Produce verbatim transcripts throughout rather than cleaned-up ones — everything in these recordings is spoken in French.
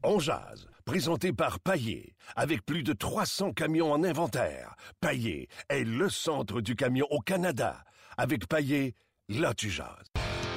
On jase, présenté par Paillé, avec plus de trois cents camions en inventaire. Paillé est le centre du camion au Canada. Avec Paillé, là tu jases.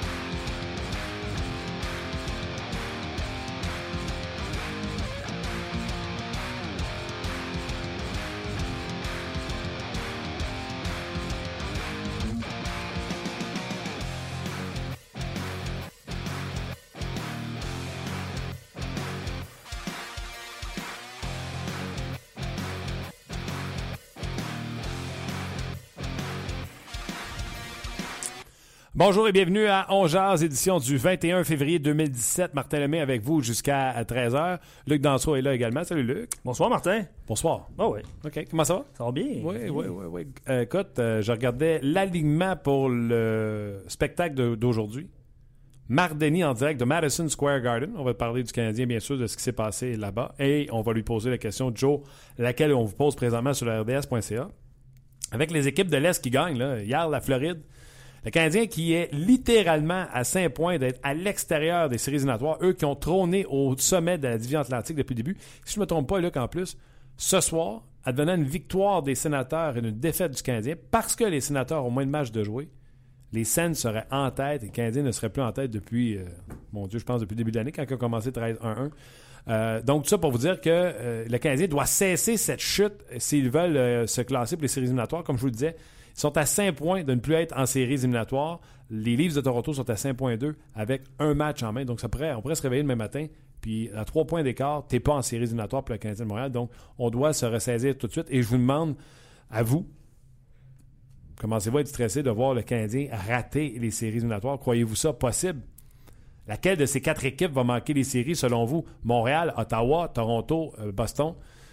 Bonjour et bienvenue à On Jase, édition du vingt et un février deux mille dix-sept. Martin Lemay avec vous jusqu'à treize heures. Luc Dansereau est là également. Salut Luc. Bonsoir Martin. Bonsoir. Ah oui. OK. Comment ça va? Ça va bien. Oui, oui, oui. oui. Euh, écoute, euh, je regardais l'alignement pour le spectacle de, d'aujourd'hui. Marc Denis en direct de Madison Square Garden. On va parler du Canadien, bien sûr, de ce qui s'est passé là-bas. Et on va lui poser la question, Joe, laquelle on vous pose présentement sur le R D S point C A. Avec les équipes de l'Est qui gagnent, là, hier, la Floride. Le Canadien qui est littéralement à cinq points d'être à l'extérieur des séries éliminatoires, eux qui ont trôné au sommet de la division Atlantique depuis le début. Si je ne me trompe pas, Luc, en plus, ce soir, advenant une victoire des Sénateurs et une défaite du Canadien, parce que les Sénateurs ont moins de matchs de jouer, les Sens seraient en tête et le Canadien ne serait plus en tête depuis, euh, mon Dieu, je pense depuis le début de l'année, quand ils ont commencé treize un un. Euh, donc, tout ça pour vous dire que euh, le Canadien doit cesser cette chute s'ils veulent euh, se classer pour les séries éliminatoires. Comme je vous le disais, ils sont à cinq points de ne plus être en séries éliminatoires. Les Leafs de Toronto sont à cinq virgule deux avec un match en main. Donc, ça pourrait, on pourrait se réveiller le même matin. Puis, à trois points d'écart, tu n'es pas en séries éliminatoires pour le Canadien de Montréal. Donc, on doit se ressaisir tout de suite. Et je vous demande, à vous, commencez-vous à être stressé de voir le Canadien rater les séries éliminatoires? Croyez-vous ça possible? Laquelle de ces quatre équipes va manquer les séries selon vous? Montréal, Ottawa, Toronto, euh, Boston.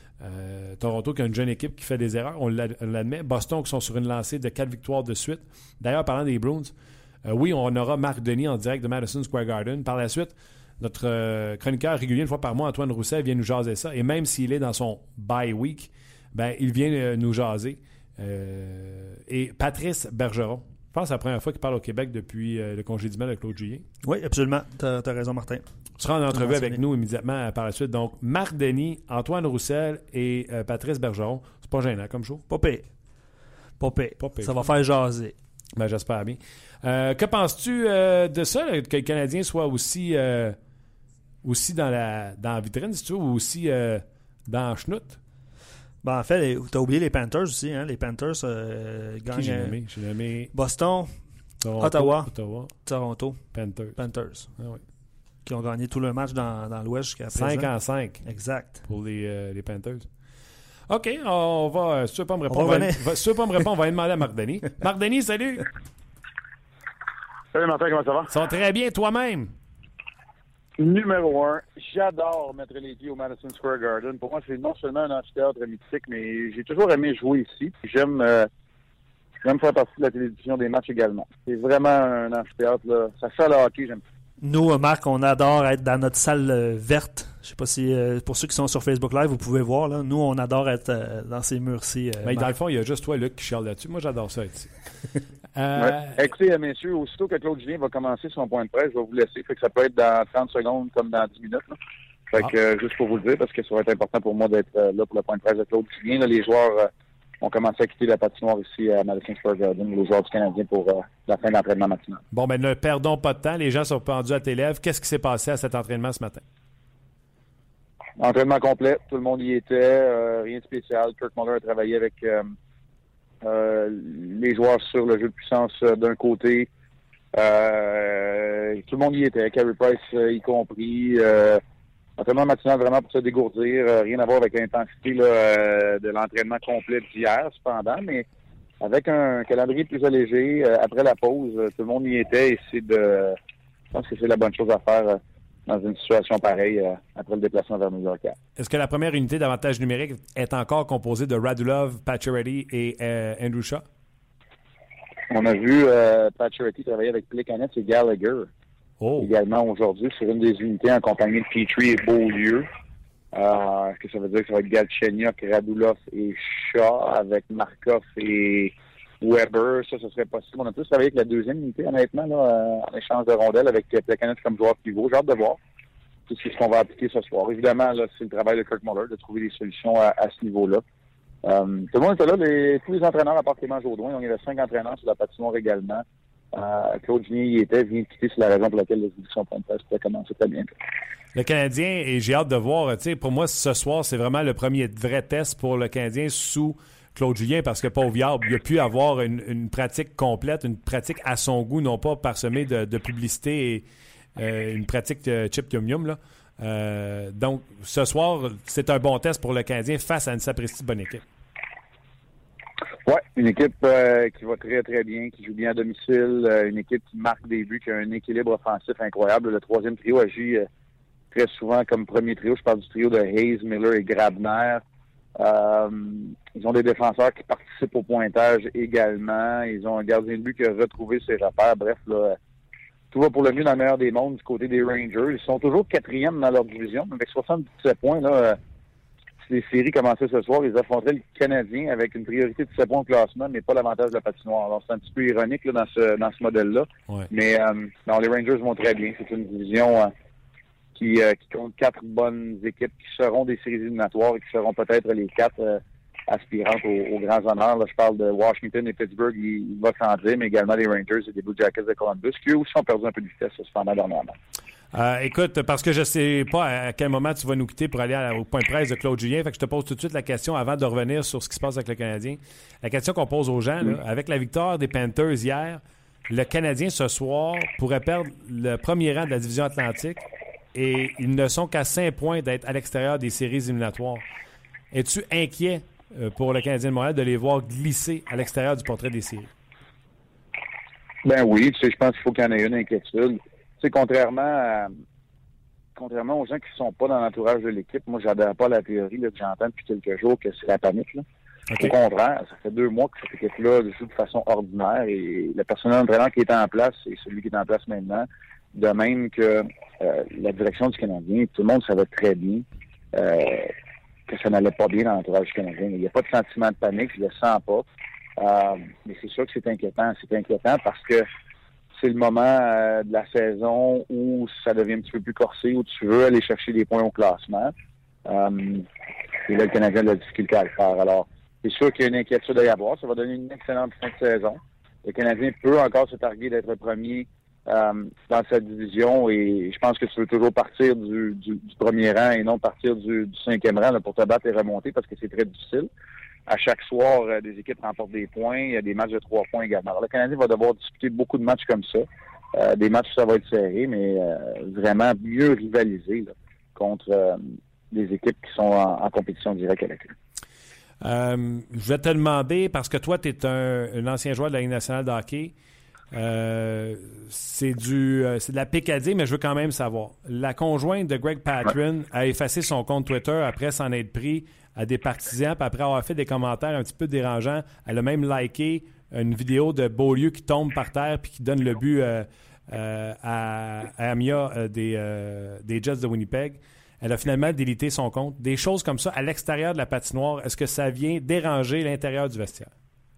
Euh, Toronto qui a une jeune équipe qui fait des erreurs, on l'admet. Boston qui sont sur une lancée de quatre victoires de suite. D'ailleurs, parlant des Bruins, euh, oui, on aura Marc Denis en direct de Madison Square Garden. Par la suite, notre euh, chroniqueur régulier, une fois par mois, Antoine Roussel, vient nous jaser ça. Et même s'il est dans son bye week, ben, il vient euh, nous jaser. Euh, et Patrice Bergeron, je pense que c'est la première fois qu'il parle au Québec depuis euh, le congédiement de Claude Julien. Oui, absolument. Tu as raison, Martin. Tu seras en entrevue avec nous immédiatement par la suite. Donc, Marc Denis, Antoine Roussel et euh, Patrice Bergeron. C'est pas gênant comme show? Pas pire. Pas pire. Pas pire. Ça va faire jaser. Ben, j'espère bien. Euh, que penses-tu euh, de ça, là, que le Canadien soit aussi, euh, aussi dans, la, dans la vitrine, si tu veux, ou aussi euh, dans la chenoute? Ben, en fait, tu as oublié les Panthers aussi. Hein? Les Panthers euh, gagnent. Qui j'ai nommé? J'ai nommé Boston, Toronto, Ottawa, Ottawa, Toronto, Panthers. Panthers. Ah, oui. Qui ont gagné tout le match dans, dans l'Ouest jusqu'à présent. cinq en cinq. Exact. Pour les, euh, les Panthers. OK, on va... Si tu veux pas me répondre, on va, va, va, si tu veux pas me répondre, on va aller demander à Marc Denis. Marc Denis, salut! Salut Martin, comment ça va? Ça va très bien, toi-même? Numéro un, j'adore mettre les pieds au Madison Square Garden. Pour moi, c'est non seulement un amphithéâtre mythique, mais j'ai toujours aimé jouer ici. J'aime, euh, j'aime faire partie de la télévision des matchs également. C'est vraiment un amphithéâtre, là. Ça fait le hockey, j'aime. Nous, Marc, on adore être dans notre salle euh, verte. Je sais pas si, euh, pour ceux qui sont sur Facebook Live, vous pouvez voir, là. Nous, on adore être euh, dans ces murs-ci. Euh, Mais dans le fond, il y a juste toi, Luc, qui chiale là-dessus. Moi, j'adore ça ici. euh... ouais. Écoutez, messieurs, aussitôt que Claude Julien va commencer son point de presse, je vais vous laisser. Fait que ça peut être dans trente secondes comme dans dix minutes. Là. Fait ah. que, euh, juste pour vous le dire, parce que ça va être important pour moi d'être euh, là pour le point de presse de Claude Julien. Là, les joueurs euh, ont commencé à quitter la patinoire ici à Madison Square Garden, les joueurs du Canadien, pour euh, la fin de l'entraînement matinal. Bon, ben ne perdons pas de temps. Les gens sont pendus à tes lèvres. Qu'est-ce qui s'est passé à cet entraînement ce matin? Entraînement complet. Tout le monde y était. Euh, rien de spécial. Kirk Muller a travaillé avec euh, euh, les joueurs sur le jeu de puissance euh, d'un côté. Euh, tout le monde y était. Carey Price euh, y compris. Euh, entraînement matinal vraiment pour se dégourdir. Euh, rien à voir avec l'intensité là, euh, de l'entraînement complet d'hier, cependant. Mais avec un calendrier plus allégé, euh, après la pause, euh, tout le monde y était. Et c'est de... Je pense que c'est la bonne chose à faire euh, dans une situation pareille euh, après le déplacement vers New York. Est-ce que la première unité d'avantage numérique est encore composée de Radulov, Pacioretty et euh, Andrew Shaw? On a vu euh, Pacioretty travailler avec Plekanec et Gallagher oh. également aujourd'hui sur une des unités en compagnie de Petrie et Beaulieu. Euh, est-ce que ça veut dire que ça va être Galchenyuk, Radulov et Shaw avec Markov et Weber? Ça, ce serait possible. On a tous travaillé avec la deuxième unité, honnêtement, là, en échange de rondelles avec Plekanec comme joueur pivot. J'ai hâte de voir. c'est ce qu'on va appliquer ce soir. Évidemment, là, c'est le travail de Kirk Muller de trouver des solutions à, à ce niveau-là. Euh, tout le monde était là, les, tous les entraîneurs, à part Clément Jodoin, donc il y avait cinq entraîneurs sur la patinoire également. Euh, Claude Julien y était, vient de quitter, c'est la raison pour laquelle les éditions point de presse pourraient commencer très bien. Le Canadien, et j'ai hâte de voir, tu sais, pour moi, ce soir, c'est vraiment le premier vrai test pour le Canadien sous Claude Julien, parce que pauvre Yard, il a pu avoir une, une pratique complète, une pratique à son goût, non pas parsemée de, de publicité et euh, une pratique euh, chip yum yum, là. Euh, donc, ce soir, c'est un bon test pour le Canadien face à une sapristi bonne équipe. Oui, une équipe euh, qui va très, très bien, qui joue bien à domicile, euh, une équipe qui marque des buts, qui a un équilibre offensif incroyable. Le troisième trio agit euh, très souvent comme premier trio. Je parle du trio de Hayes, Miller et Grabner. Euh, ils ont des défenseurs qui participent au pointage également. Ils ont un gardien de but qui a retrouvé ses repères. Bref, là, tout va pour le mieux dans le meilleur des mondes du côté des Rangers. Ils sont toujours quatrième dans leur division, avec soixante-dix-sept points. Là, si les séries commençaient ce soir, ils affronteraient le Canadien avec une priorité de sept points au classement, mais pas l'avantage de la patinoire. Alors, c'est un petit peu ironique là, dans ce dans ce modèle-là. Ouais. Mais euh, non, les Rangers vont très bien. C'est une division euh, qui, euh, qui compte quatre bonnes équipes qui seront des séries éliminatoires et qui seront peut-être les quatre euh, aspirantes aux, aux grands honneurs. Là, je parle de Washington et Pittsburgh, il, il va s'en dire, mais également les Rangers et des Blue Jackets de Columbus, qui eux aussi ont perdu un peu de vitesse cependant dernièrement. Euh, écoute, parce que je ne sais pas à quel moment tu vas nous quitter pour aller à, au point de presse de Claude Julien, fait que je te pose tout de suite la question avant de revenir sur ce qui se passe avec le Canadien. La question qu'on pose aux gens, là, avec la victoire des Panthers hier, le Canadien ce soir pourrait perdre le premier rang de la division Atlantique et ils ne sont qu'à cinq points d'être à l'extérieur des séries éliminatoires. Es-tu inquiet euh, pour le Canadien de Montréal de les voir glisser à l'extérieur du portrait des séries? Ben oui, tu sais, je pense qu'il faut qu'il y en ait une inquiétude. Tu sais, contrairement à, contrairement aux gens qui ne sont pas dans l'entourage de l'équipe, moi, j'adhère pas à la théorie là, que j'entends depuis quelques jours que c'est la panique. Là. Okay. Au contraire, ça fait deux mois que cette équipe-là joue de façon ordinaire et le personnel entraîneur qui est en place, c'est celui qui est en place maintenant. De même que euh, la direction du Canadien, tout le monde savait très bien euh, que ça n'allait pas bien dans l'entourage du Canadien. Il n'y a pas de sentiment de panique, je le sens pas. Euh, mais c'est sûr que c'est inquiétant. C'est inquiétant parce que c'est le moment euh, de la saison où ça devient un petit peu plus corsé, où tu veux aller chercher des points au classement. Euh, et là, le Canadien a de la difficulté à le faire. Alors, c'est sûr qu'il y a une inquiétude à y avoir. Ça va donner une excellente fin de saison. Le Canadien peut encore se targuer d'être premier euh, dans sa division et je pense que tu veux toujours partir du, du, du premier rang et non partir du, du cinquième rang là, pour te battre et remonter parce que c'est très difficile. À chaque soir, euh, des équipes remportent des points. Il y a des matchs de trois points également. Alors, le Canadien va devoir disputer beaucoup de matchs comme ça. Euh, des matchs où ça va être serré, mais euh, vraiment mieux rivaliser là, contre euh, des équipes qui sont en, en compétition directe avec eux. Euh, je vais te demander, parce que toi, tu es un, un ancien joueur de la Ligue nationale de hockey. Euh, c'est du euh, c'est de la picadie, mais je veux quand même savoir. La conjointe de Greg Patron ouais. a effacé son compte Twitter après s'en être pris à des partisans, puis après avoir fait des commentaires un petit peu dérangeants. Elle a même liké une vidéo de Beaulieu qui tombe par terre puis qui donne le but euh, euh, à, à Amia euh, des, euh, des Jets de Winnipeg. Elle a finalement délité son compte. Des choses comme ça à l'extérieur de la patinoire, est-ce que ça vient déranger l'intérieur du vestiaire?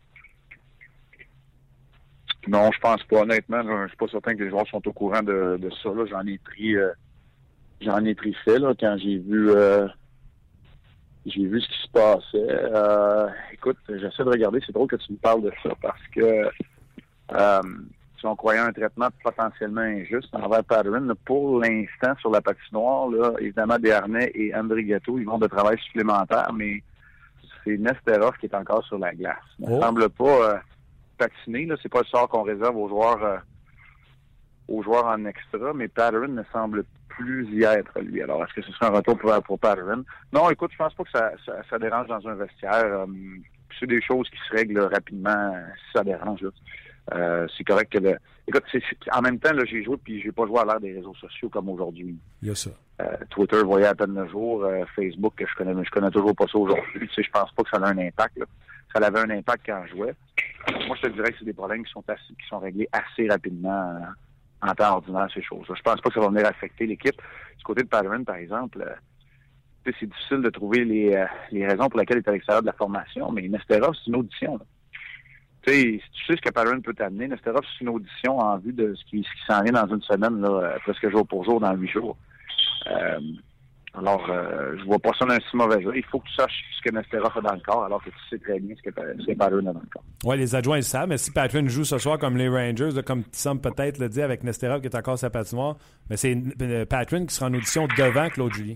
Non, je pense pas. Honnêtement, là, je suis pas certain que les joueurs sont au courant de, de ça. Là. J'en ai pris euh, j'en ai pris fait là, quand j'ai vu euh, j'ai vu ce qui se passait. Euh, écoute, j'essaie de regarder, c'est drôle que tu me parles de ça parce que euh, si on croyait un traitement potentiellement injuste envers Patterson, pour l'instant, sur la patinoire, là, évidemment, Desharnais et Andrighetto, ils vont de travail supplémentaire, mais c'est Nesterov qui est encore sur la glace. Il ne oh. semble pas euh, patiner, là, c'est pas le sort qu'on réserve aux joueurs euh, aux joueurs en extra, mais Patterson ne semble plus y être, lui. Alors, est-ce que ce sera un retour pour, pour Patterson? Non, écoute, je pense pas que ça, ça, ça dérange dans un vestiaire. Euh, c'est des choses qui se règlent rapidement si ça dérange, là. Euh, c'est correct que le. Écoute, c'est, c'est, en même temps, là, j'ai joué puis j'ai pas joué à l'ère des réseaux sociaux comme aujourd'hui. Il y a ça. Euh, Twitter voyait à peine le jour, euh, Facebook, que je connais, je connais toujours pas ça aujourd'hui. Tu sais, je pense pas que ça a un impact, là. Ça avait un impact quand je jouais. Moi, je te dirais que c'est des problèmes qui sont assez, qui sont réglés assez rapidement euh, en temps ordinaire, ces choses-là. Je pense pas que ça va venir affecter l'équipe. Du côté de Patterson, par exemple, euh, c'est difficile de trouver les, euh, les raisons pour lesquelles il est à l'extérieur de la formation, mais Nesterov, c'est une audition, là. Tu sais, si tu sais ce que Patterson peut t'amener, Nesterov, c'est une audition en vue de ce qui, ce qui s'en vient dans une semaine, là, presque jour pour jour, dans huit jours. Euh, alors, euh, je vois pas ça d'un si mauvais jeu. Il faut que tu saches ce que Nesterov a dans le corps, alors que tu sais très bien ce que, ce que Patrick a dans le corps. Oui, les adjoints, ils savent, mais si Patrick joue ce soir comme les Rangers, là, comme tu sembles peut-être le dire avec Nesterov qui est encore sa patinoire, mais c'est Patrick qui sera en audition devant Claude Julien.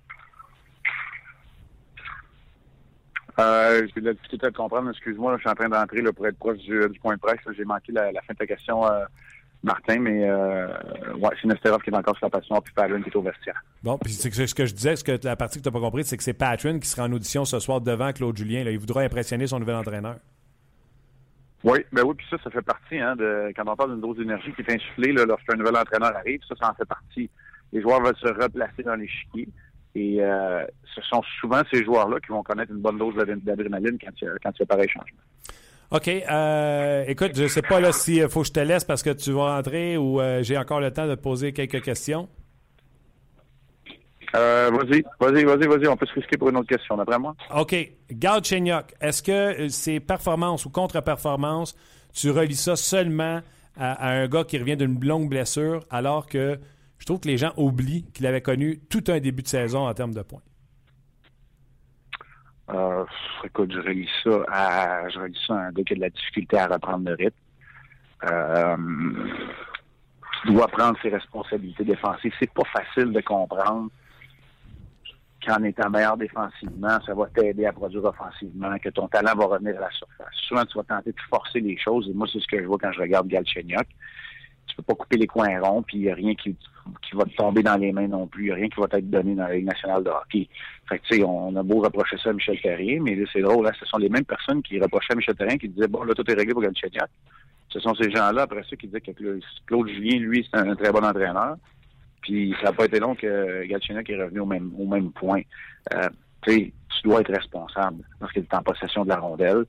Euh, j'ai de la difficulté à le comprendre. Excuse-moi, là, je suis en train d'entrer là, pour être proche du, du point de presse. Là, j'ai manqué la, la fin de ta question, euh, Martin, mais euh, ouais, c'est Nesterov qui est encore sur la patinoire puis Patrick qui est au vestiaire. Bon, puis c'est ce que je disais, ce que la partie que tu n'as pas compris, c'est que c'est Patrick qui sera en audition ce soir devant Claude Julien. Là. Il voudra impressionner son nouvel entraîneur. Oui, ben oui, puis ça, ça fait partie, hein, de quand on parle d'une dose d'énergie qui est insufflée là, lorsqu'un nouvel entraîneur arrive, ça, ça en fait partie. Les joueurs veulent se replacer dans l'échiquier. Et euh, ce sont souvent ces joueurs-là qui vont connaître une bonne dose d'adrénaline quand il y a, quand il y a pareil changement. OK. Euh, écoute, je ne sais pas là s'il faut que je te laisse parce que tu vas rentrer ou euh, j'ai encore le temps de te poser quelques questions. Euh, vas-y, vas-y, vas-y, vas-y. On peut se risquer pour une autre question, d'après moi. OK. Galchenyuk, est-ce que ces performances ou contre-performances, tu relis ça seulement à, à un gars qui revient d'une longue blessure alors que je trouve que les gens oublient qu'il avait connu tout un début de saison en termes de points? Euh, écoute, je relis ça à, je relis ça à un gars qui a de la difficulté à reprendre le rythme. Euh, il doit prendre ses responsabilités défensives. C'est pas facile de comprendre qu'en étant meilleur défensivement, ça va t'aider à produire offensivement, que ton talent va revenir à la surface. Souvent, tu vas tenter de forcer les choses, et moi, c'est ce que je vois quand je regarde Galchenyuk. Tu peux pas couper les coins ronds, puis il n'y a rien qui, qui va te tomber dans les mains non plus. Il n'y a rien qui va t'être donné dans la Ligue nationale de hockey. Fait que, tu sais, on a beau reprocher ça à Michel Therrien, mais là, c'est drôle, hein, ce sont les mêmes personnes qui reprochaient à Michel Therrien, qui disaient, bon, là, tout est réglé pour Galchenyuk. Ce sont ces gens-là, après ça, qui disaient que Claude Julien, lui, c'est un, un très bon entraîneur. Puis ça n'a pas été long que Galchenyuk est revenu au même, au même point. Euh, tu sais, tu dois être responsable lorsqu'il est en possession de la rondelle.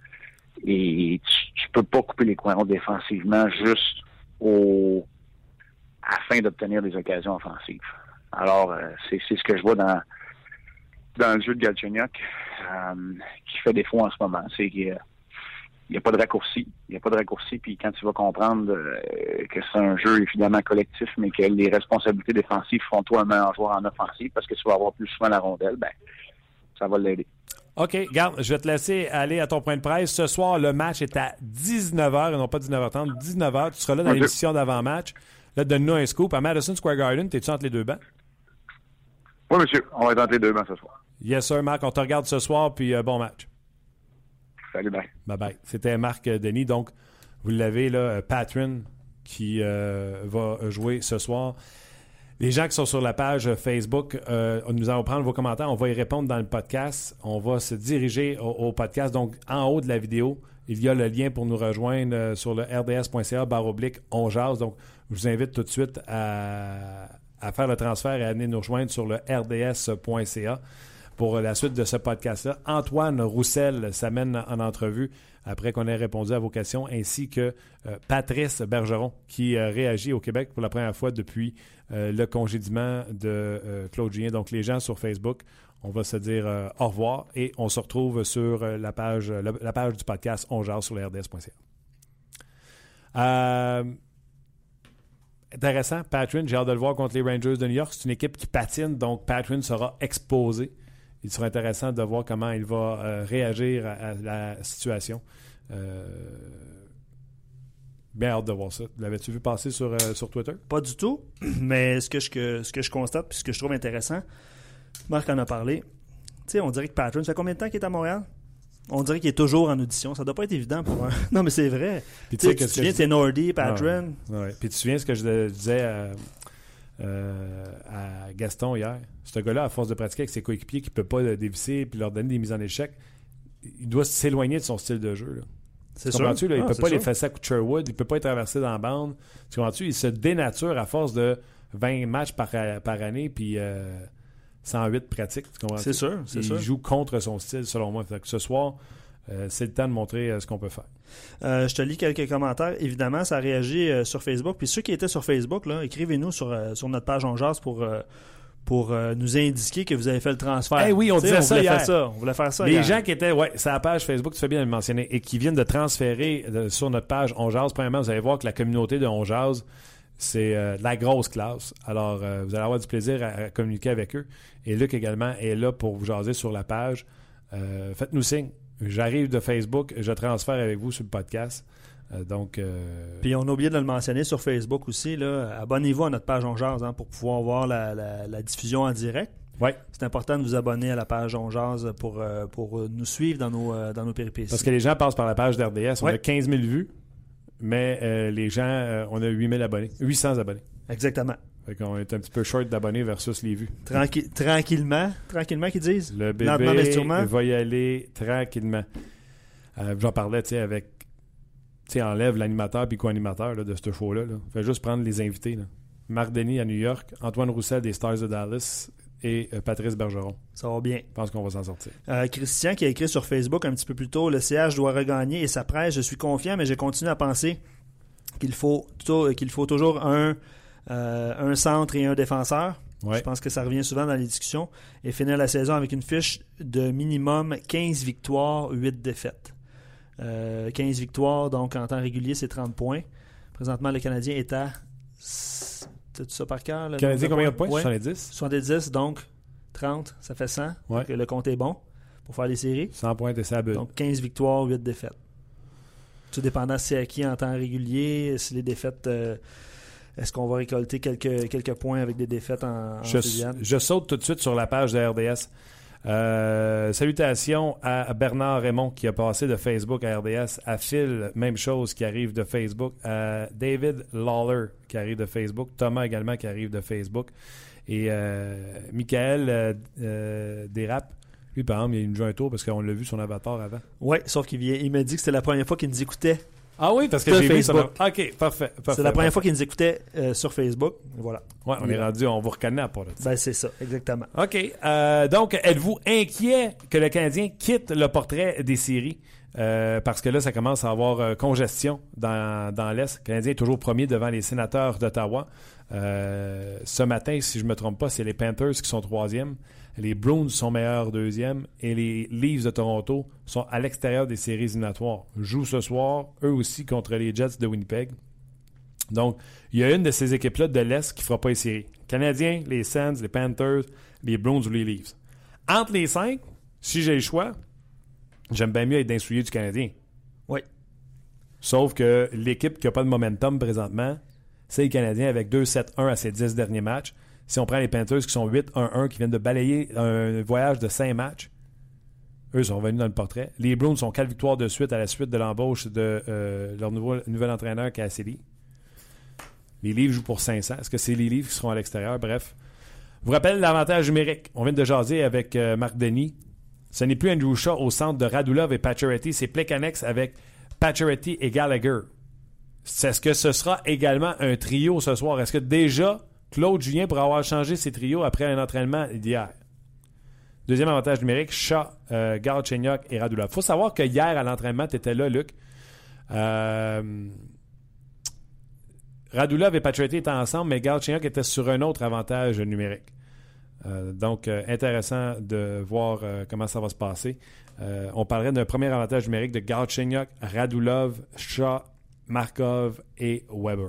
Et tu, tu peux pas couper les coins ronds défensivement juste au afin d'obtenir des occasions offensives. Alors, euh, c'est, c'est ce que je vois dans, dans le jeu de Galchenyuk euh, qui fait défaut en ce moment. C'est qu'il n'y a pas de raccourci. Il n'y a pas de raccourci. Puis quand tu vas comprendre euh, que c'est un jeu évidemment collectif, mais que les responsabilités défensives font toi un meilleur joueur en offensive parce que tu vas avoir plus souvent la rondelle, ben ça va l'aider. OK, garde, je vais te laisser aller à ton point de presse. Ce soir, le match est à dix-neuf heures, et non pas dix-neuf heures trente, dix-neuf heures. Tu seras là dans okay. l'émission d'avant-match. Là, donne-nous un scoop. À Madison Square Garden, t'es-tu entre les deux bancs? Oui, monsieur. On va être entre les deux bancs ce soir. Yes, sir, Marc. On te regarde ce soir, puis euh, bon match. Salut, bye. Bye-bye. C'était Marc Denis. Donc, vous l'avez, là, Patrin, qui euh, va jouer ce soir. Les gens qui sont sur la page Facebook, euh, nous allons prendre vos commentaires. On va y répondre dans le podcast. On va se diriger au, au podcast. Donc, en haut de la vidéo, il y a le lien pour nous rejoindre euh, sur le r d s point c a barre oblique on jase. Donc, je vous invite tout de suite à, à faire le transfert et à venir nous rejoindre sur le r d s point c a pour la suite de ce podcast-là. Antoine Roussel s'amène en entrevue après qu'on ait répondu à vos questions, ainsi que euh, Patrice Bergeron qui euh, réagit au Québec pour la première fois depuis euh, le congédiement de euh, Claude Julien. Donc, les gens sur Facebook, on va se dire euh, au revoir et on se retrouve sur euh, la, page, la, la page du podcast On Jase sur le r d s point c a. Euh, intéressant, Patrin, j'ai hâte de le voir contre les Rangers de New York. C'est une équipe qui patine, donc Patrin sera exposé. Il sera intéressant de voir comment il va euh, réagir à, à la situation. Euh, bien hâte de voir ça. L'avais-tu vu passer sur, euh, sur Twitter? Pas du tout, mais ce que je, ce que je constate et ce que je trouve intéressant, Marc en a parlé. Tu sais, on dirait que Patrin, ça fait combien de temps qu'il est à Montréal? On dirait qu'il est toujours en audition. Ça doit pas être évident pour un... Non, mais c'est vrai. Puis tu sais, tu te souviens, c'est Nordy, Patrin. Ah, ouais. Puis tu te souviens ce que je disais à, euh, à Gaston hier? Ce gars-là, à force de pratiquer avec ses coéquipiers qui ne peut pas dévisser puis leur donner des mises en échec, il doit s'éloigner de son style de jeu. Là. C'est tu sûr. Là, il ne ah, peut pas sûr. les fesser à coup de Sherwood, il ne peut pas être traversé dans la bande. Tu comprends-tu? Il se dénature à force de vingt matchs par, par année puis euh, cent huit pratiques. Tu comprends-tu? C'est sûr. C'est il sûr. joue contre son style, selon moi. Fait que ce soir, euh, c'est le temps de montrer euh, ce qu'on peut faire. Euh, je te lis quelques commentaires. Évidemment, ça a réagi euh, sur Facebook. Puis ceux qui étaient sur Facebook, là, écrivez-nous sur, euh, sur notre page On Jase pour... Euh, pour euh, nous indiquer que vous avez fait le transfert. Eh hey, oui, on T'sais, disait on ça voulait hier. faire ça. On voulait faire ça Les hier. gens qui étaient, ouais, sur la page Facebook, tu fais bien de le mentionner, et qui viennent de transférer de, sur notre page On Jase, premièrement, vous allez voir que la communauté de On Jase, C'est euh, de la grosse classe. Alors, euh, vous allez avoir du plaisir à, à communiquer avec eux. Et Luc également est là pour vous jaser sur la page. Euh, faites-nous signe. J'arrive de Facebook, je transfère avec vous sur le podcast. Euh, donc, euh... Puis on a oublié de le mentionner sur Facebook aussi. Là, abonnez-vous à notre page On Jase hein, pour pouvoir voir la, la, la diffusion en direct. Ouais. C'est important de vous abonner à la page On Jase pour, euh, pour nous suivre dans nos, euh, dans nos péripéties. Parce que les gens passent par la page d'R D S. On ouais. a quinze mille vues, mais euh, les gens, euh, on a huit mille abonnés. huit cents abonnés. Exactement. Fait qu'on est un petit peu short d'abonnés versus les vues. Tranqui- tranquillement, tranquillement qu'ils disent. Le bébé va y aller tranquillement. Euh, j'en parlais, tu sais, avec... Tu sais, enlève l'animateur puis co-animateur là, de ce show-là. Là. Fait juste prendre les invités. Là. Marc Denis à New York, Antoine Roussel des Stars de Dallas et euh, Patrice Bergeron. Ça va bien. Je pense qu'on va s'en sortir. Euh, Christian qui a écrit sur Facebook un petit peu plus tôt, le C H doit regagner et sa presse. Je suis confiant, mais je continue à penser qu'il faut, qu'il faut toujours un... Euh, un centre et un défenseur. Ouais. Je pense que ça revient souvent dans les discussions. Et finir la saison avec une fiche de minimum quinze victoires, huit défaites. Euh, quinze victoires, donc en temps régulier, c'est trente points. Présentement, le Canadien est à... T'as tout ça par cœur? Le Canadien, combien de points? Ouais. soixante-dix? soixante-dix, donc trente, ça fait cent. Ouais. Donc, le compte est bon pour faire les séries. cent points, t'es sabeux. Donc quinze victoires, huit défaites. Tout dépendant si c'est acquis en temps régulier, si les défaites... Euh, Est-ce qu'on va récolter quelques, quelques points avec des défaites en, en je, filiale? Je saute tout de suite sur la page de R D S. Euh, salutations à Bernard Raymond qui a passé de Facebook à R D S. À Phil, même chose qui arrive de Facebook. À David Lawler qui arrive de Facebook. Thomas également qui arrive de Facebook. Et euh, Michael euh, euh, Desrapes. Lui, par exemple, il nous joue un tour parce qu'on l'a vu son avatar avant. Oui, sauf qu'il vient, il m'a dit que c'était la première fois qu'il nous écoutait. Ah oui, parce que de j'ai Facebook. vu ça. OK, parfait. parfait c'est la première parfait. fois qu'il nous écoutait euh, sur Facebook. Voilà. Ouais, on est rendu, on vous reconnaît à part de ça. Ben, c'est ça, exactement. OK. Euh, donc, êtes-vous inquiet que le Canadien quitte le portrait des séries? Euh, parce que là, ça commence à avoir euh, congestion dans, dans l'Est. Le Canadien est toujours premier devant les Sénateurs d'Ottawa. Euh, ce matin, si je ne me trompe pas, c'est les Panthers qui sont troisième. Les Bruins sont meilleurs deuxième. Et les Leafs de Toronto sont à l'extérieur des séries éliminatoires. Jouent ce soir, eux aussi, contre les Jets de Winnipeg. Donc, il y a une de ces équipes-là de l'Est qui ne fera pas les séries. Les Canadiens, les Sens, les Panthers, les Bruins ou les Leafs. Entre les cinq, si j'ai le choix, j'aime bien mieux être d'un soulier du Canadien. Oui. Sauf que l'équipe qui n'a pas de momentum présentement, c'est les Canadiens avec deux sept un à ses dix derniers matchs. Si on prend les Panthers qui sont huit un un, qui viennent de balayer un voyage de cinq matchs, eux sont revenus dans le portrait. Les Bruins sont quatre victoires de suite à la suite de l'embauche de euh, leur nouveau, nouvel entraîneur Cassidy. Les Leafs jouent pour cinq cents. Est-ce que c'est les Leafs qui seront à l'extérieur? Bref. Je vous rappelle l'avantage numérique. On vient de jaser avec euh, Marc Denis. Ce n'est plus Andrew Shaw au centre de Radulov et Pacioretty. C'est Plekanec avec Pacioretty et Gallagher. Est-ce que ce sera également un trio ce soir? Est-ce que déjà Claude Julien pourrait avoir changé ses trios après un entraînement d'hier? Deuxième avantage numérique, Shaw, euh, Galchenyuk et Radulov. Il faut savoir que hier à l'entraînement, tu étais là, Luc. Euh, Radulov et Pacioretty étaient ensemble, mais Galchenyuk était sur un autre avantage numérique. Euh, donc, euh, intéressant de voir euh, comment ça va se passer. Euh, on parlerait d'un premier avantage numérique de Galchenyuk, Radulov, Shaw, Markov et Weber.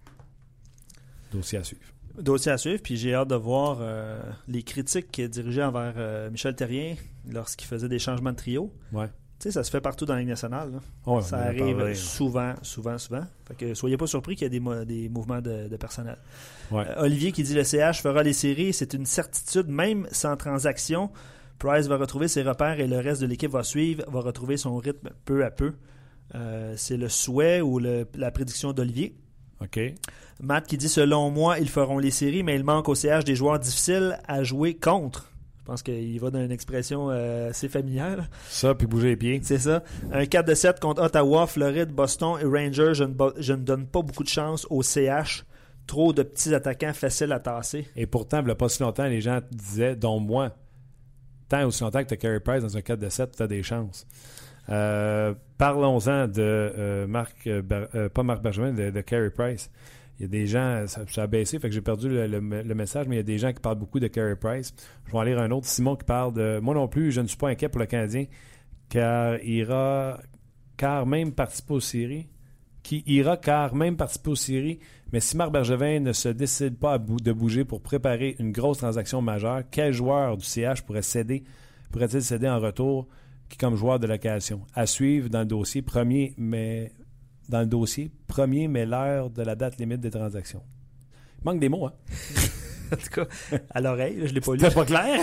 Dossier à suivre. Dossier à suivre, puis j'ai hâte de voir euh, les critiques dirigées envers euh, Michel Therrien lorsqu'il faisait des changements de trio. Ouais. Tu sais, ça se fait partout dans la Ligue nationale. Là. Ouais, ça arrive parlé. souvent, souvent, souvent. Fait que soyez pas surpris qu'il y ait des, mo- des mouvements de, de personnel. Ouais. Euh, Olivier qui dit le C H fera les séries, c'est une certitude, même sans transaction. Price va retrouver ses repères et le reste de l'équipe va suivre, va retrouver son rythme peu à peu. Euh, c'est le souhait ou le, la prédiction d'Olivier. OK. Matt qui dit selon moi, ils feront les séries, mais il manque au C H des joueurs difficiles à jouer contre. Je pense qu'il va dans une expression euh, assez familière. Ça, puis bouger les pieds. C'est ça. Un quatre de sept contre Ottawa, Floride, Boston et Rangers. Je ne, je ne donne pas beaucoup de chance au C H. Trop de petits attaquants faciles à tasser. Et pourtant, il n'y a pas si longtemps, les gens disaient, dont moi, tant aussi longtemps que tu as Carey Price dans un quatre de sept, tu as des chances. Euh, parlons-en de euh, Marc, euh, euh, pas Marc Bergevin, de, de Carey Price. Il y a des gens, ça, ça a baissé, fait que j'ai perdu le, le, le message, mais il y a des gens qui parlent beaucoup de Carey Price. Je vais en lire un autre. Simon qui parle de « Moi non plus, je ne suis pas inquiet pour le Canadien, car il ira, car même participer aux séries, qui ira car même participer aux séries, mais si Marc Bergevin ne se décide pas à bou- de bouger pour préparer une grosse transaction majeure, quel joueur du C H pourrait céder, pourrait-il céder en retour qui comme joueur de location? À suivre dans le dossier premier, mais dans le dossier premier, mais l'heure de la date limite des transactions. Il manque des mots, hein? En tout cas, à l'oreille, là, je l'ai pas lu. C'était pas clair?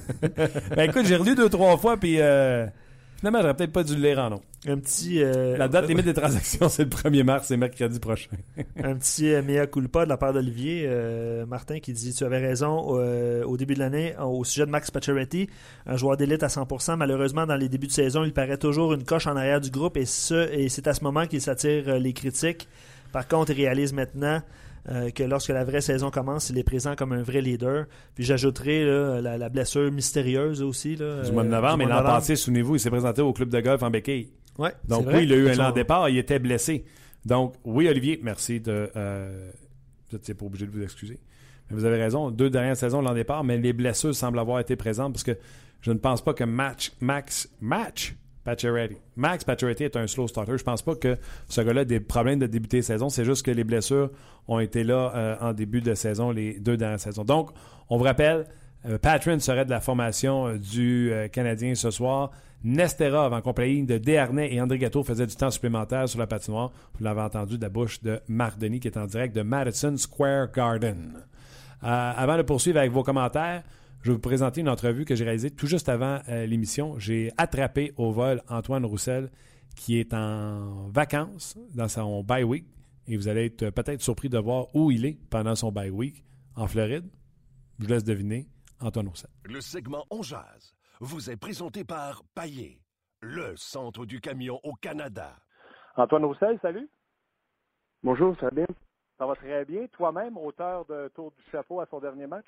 Ben écoute, j'ai relu deux, trois fois, puis euh, finalement, j'aurais peut-être pas dû le lire en nom. Un petit... euh, La date limite des transactions, c'est le premier mars, c'est mercredi prochain. Un petit euh, mea culpa de la part d'Olivier euh, Martin qui dit « Tu avais raison euh, au début de l'année au sujet de Max Pacioretty, un joueur d'élite à cent pour cent. Malheureusement, dans les débuts de saison, il paraît toujours une coche en arrière du groupe et, ce, et c'est à ce moment qu'il s'attire euh, les critiques. Par contre, il réalise maintenant euh, que lorsque la vraie saison commence, il est présent comme un vrai leader. Puis j'ajouterai là, la, la blessure mystérieuse aussi. Là, Du mois de novembre, mais l'an passé, souvenez-vous, il s'est présenté au club de golf en béquille. Ouais, Donc vrai. oui, il a eu un Son... lent départ, il était blessé. Donc oui, Olivier, merci de... Euh, vous n'êtes pas obligé de vous excuser. Mais vous avez raison, deux dernières saisons, l'an départ, mais les blessures semblent avoir été présentes parce que je ne pense pas que match, Max, match Pacioretty, Max Pacioretty est un slow starter. Je pense pas que ce gars-là a des problèmes de débuter la saison. C'est juste que les blessures ont été là euh, en début de saison, les deux dernières saisons. Donc, on vous rappelle, euh, Patrin serait de la formation euh, du euh, Canadien ce soir. Nesterov en compagnie de Desharnais et André Gatto faisait du temps supplémentaire sur la patinoire. Vous l'avez entendu de la bouche de Marc Denis qui est en direct de Madison Square Garden. Euh, avant de poursuivre avec vos commentaires, je vais vous présenter une entrevue que j'ai réalisée tout juste avant euh, l'émission. J'ai attrapé au vol Antoine Roussel qui est en vacances dans son bye week et vous allez être peut-être surpris de voir où il est pendant son bye week en Floride. Je vous laisse deviner Antoine Roussel. Le segment On Jase vous est présenté par Payet, le centre du camion au Canada. Antoine Roussel, salut. Bonjour, ça va bien? Ça va très bien. Toi-même, auteur de Tour du chapeau à son dernier match?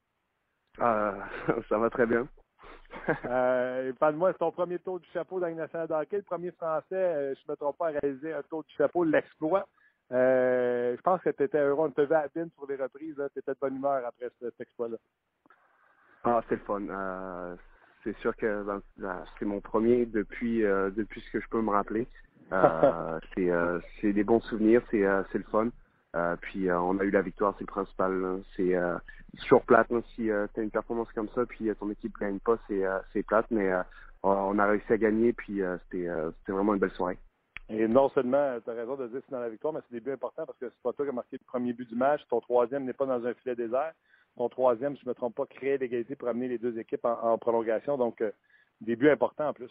Ah, ça va très bien. euh, Parle-moi, c'est ton premier tour du chapeau dans la nationale de hockey. Le premier Français, euh, je ne me trompe pas, à réaliser un tour du chapeau, l'exploit. Euh, je pense que tu étais heureux. On te vu à Bin sur les reprises. Tu étais de bonne humeur après cet exploit-là. Ah, c'est le fun. Euh, c'est sûr que ben, là, c'est mon premier depuis euh, depuis ce que je peux me rappeler. Euh, c'est euh, c'est des bons souvenirs, c'est euh, c'est le fun. Euh, puis euh, on a eu la victoire, c'est le principal. Là. C'est euh, toujours plate hein, si euh, tu as une performance comme ça, puis euh, ton équipe ne gagne pas, c'est euh, c'est plate, mais euh, on a réussi à gagner, puis euh, c'était euh, c'était vraiment une belle soirée. Et non seulement, tu as raison de dire que c'est dans la victoire, mais c'est des buts importants parce que c'est pas toi qui as marqué le premier but du match. Ton troisième n'est pas dans un filet désert. Ton troisième, si je ne me trompe pas, créait l'égalité pour amener les deux équipes en, en prolongation. Donc, euh, des buts importants en plus.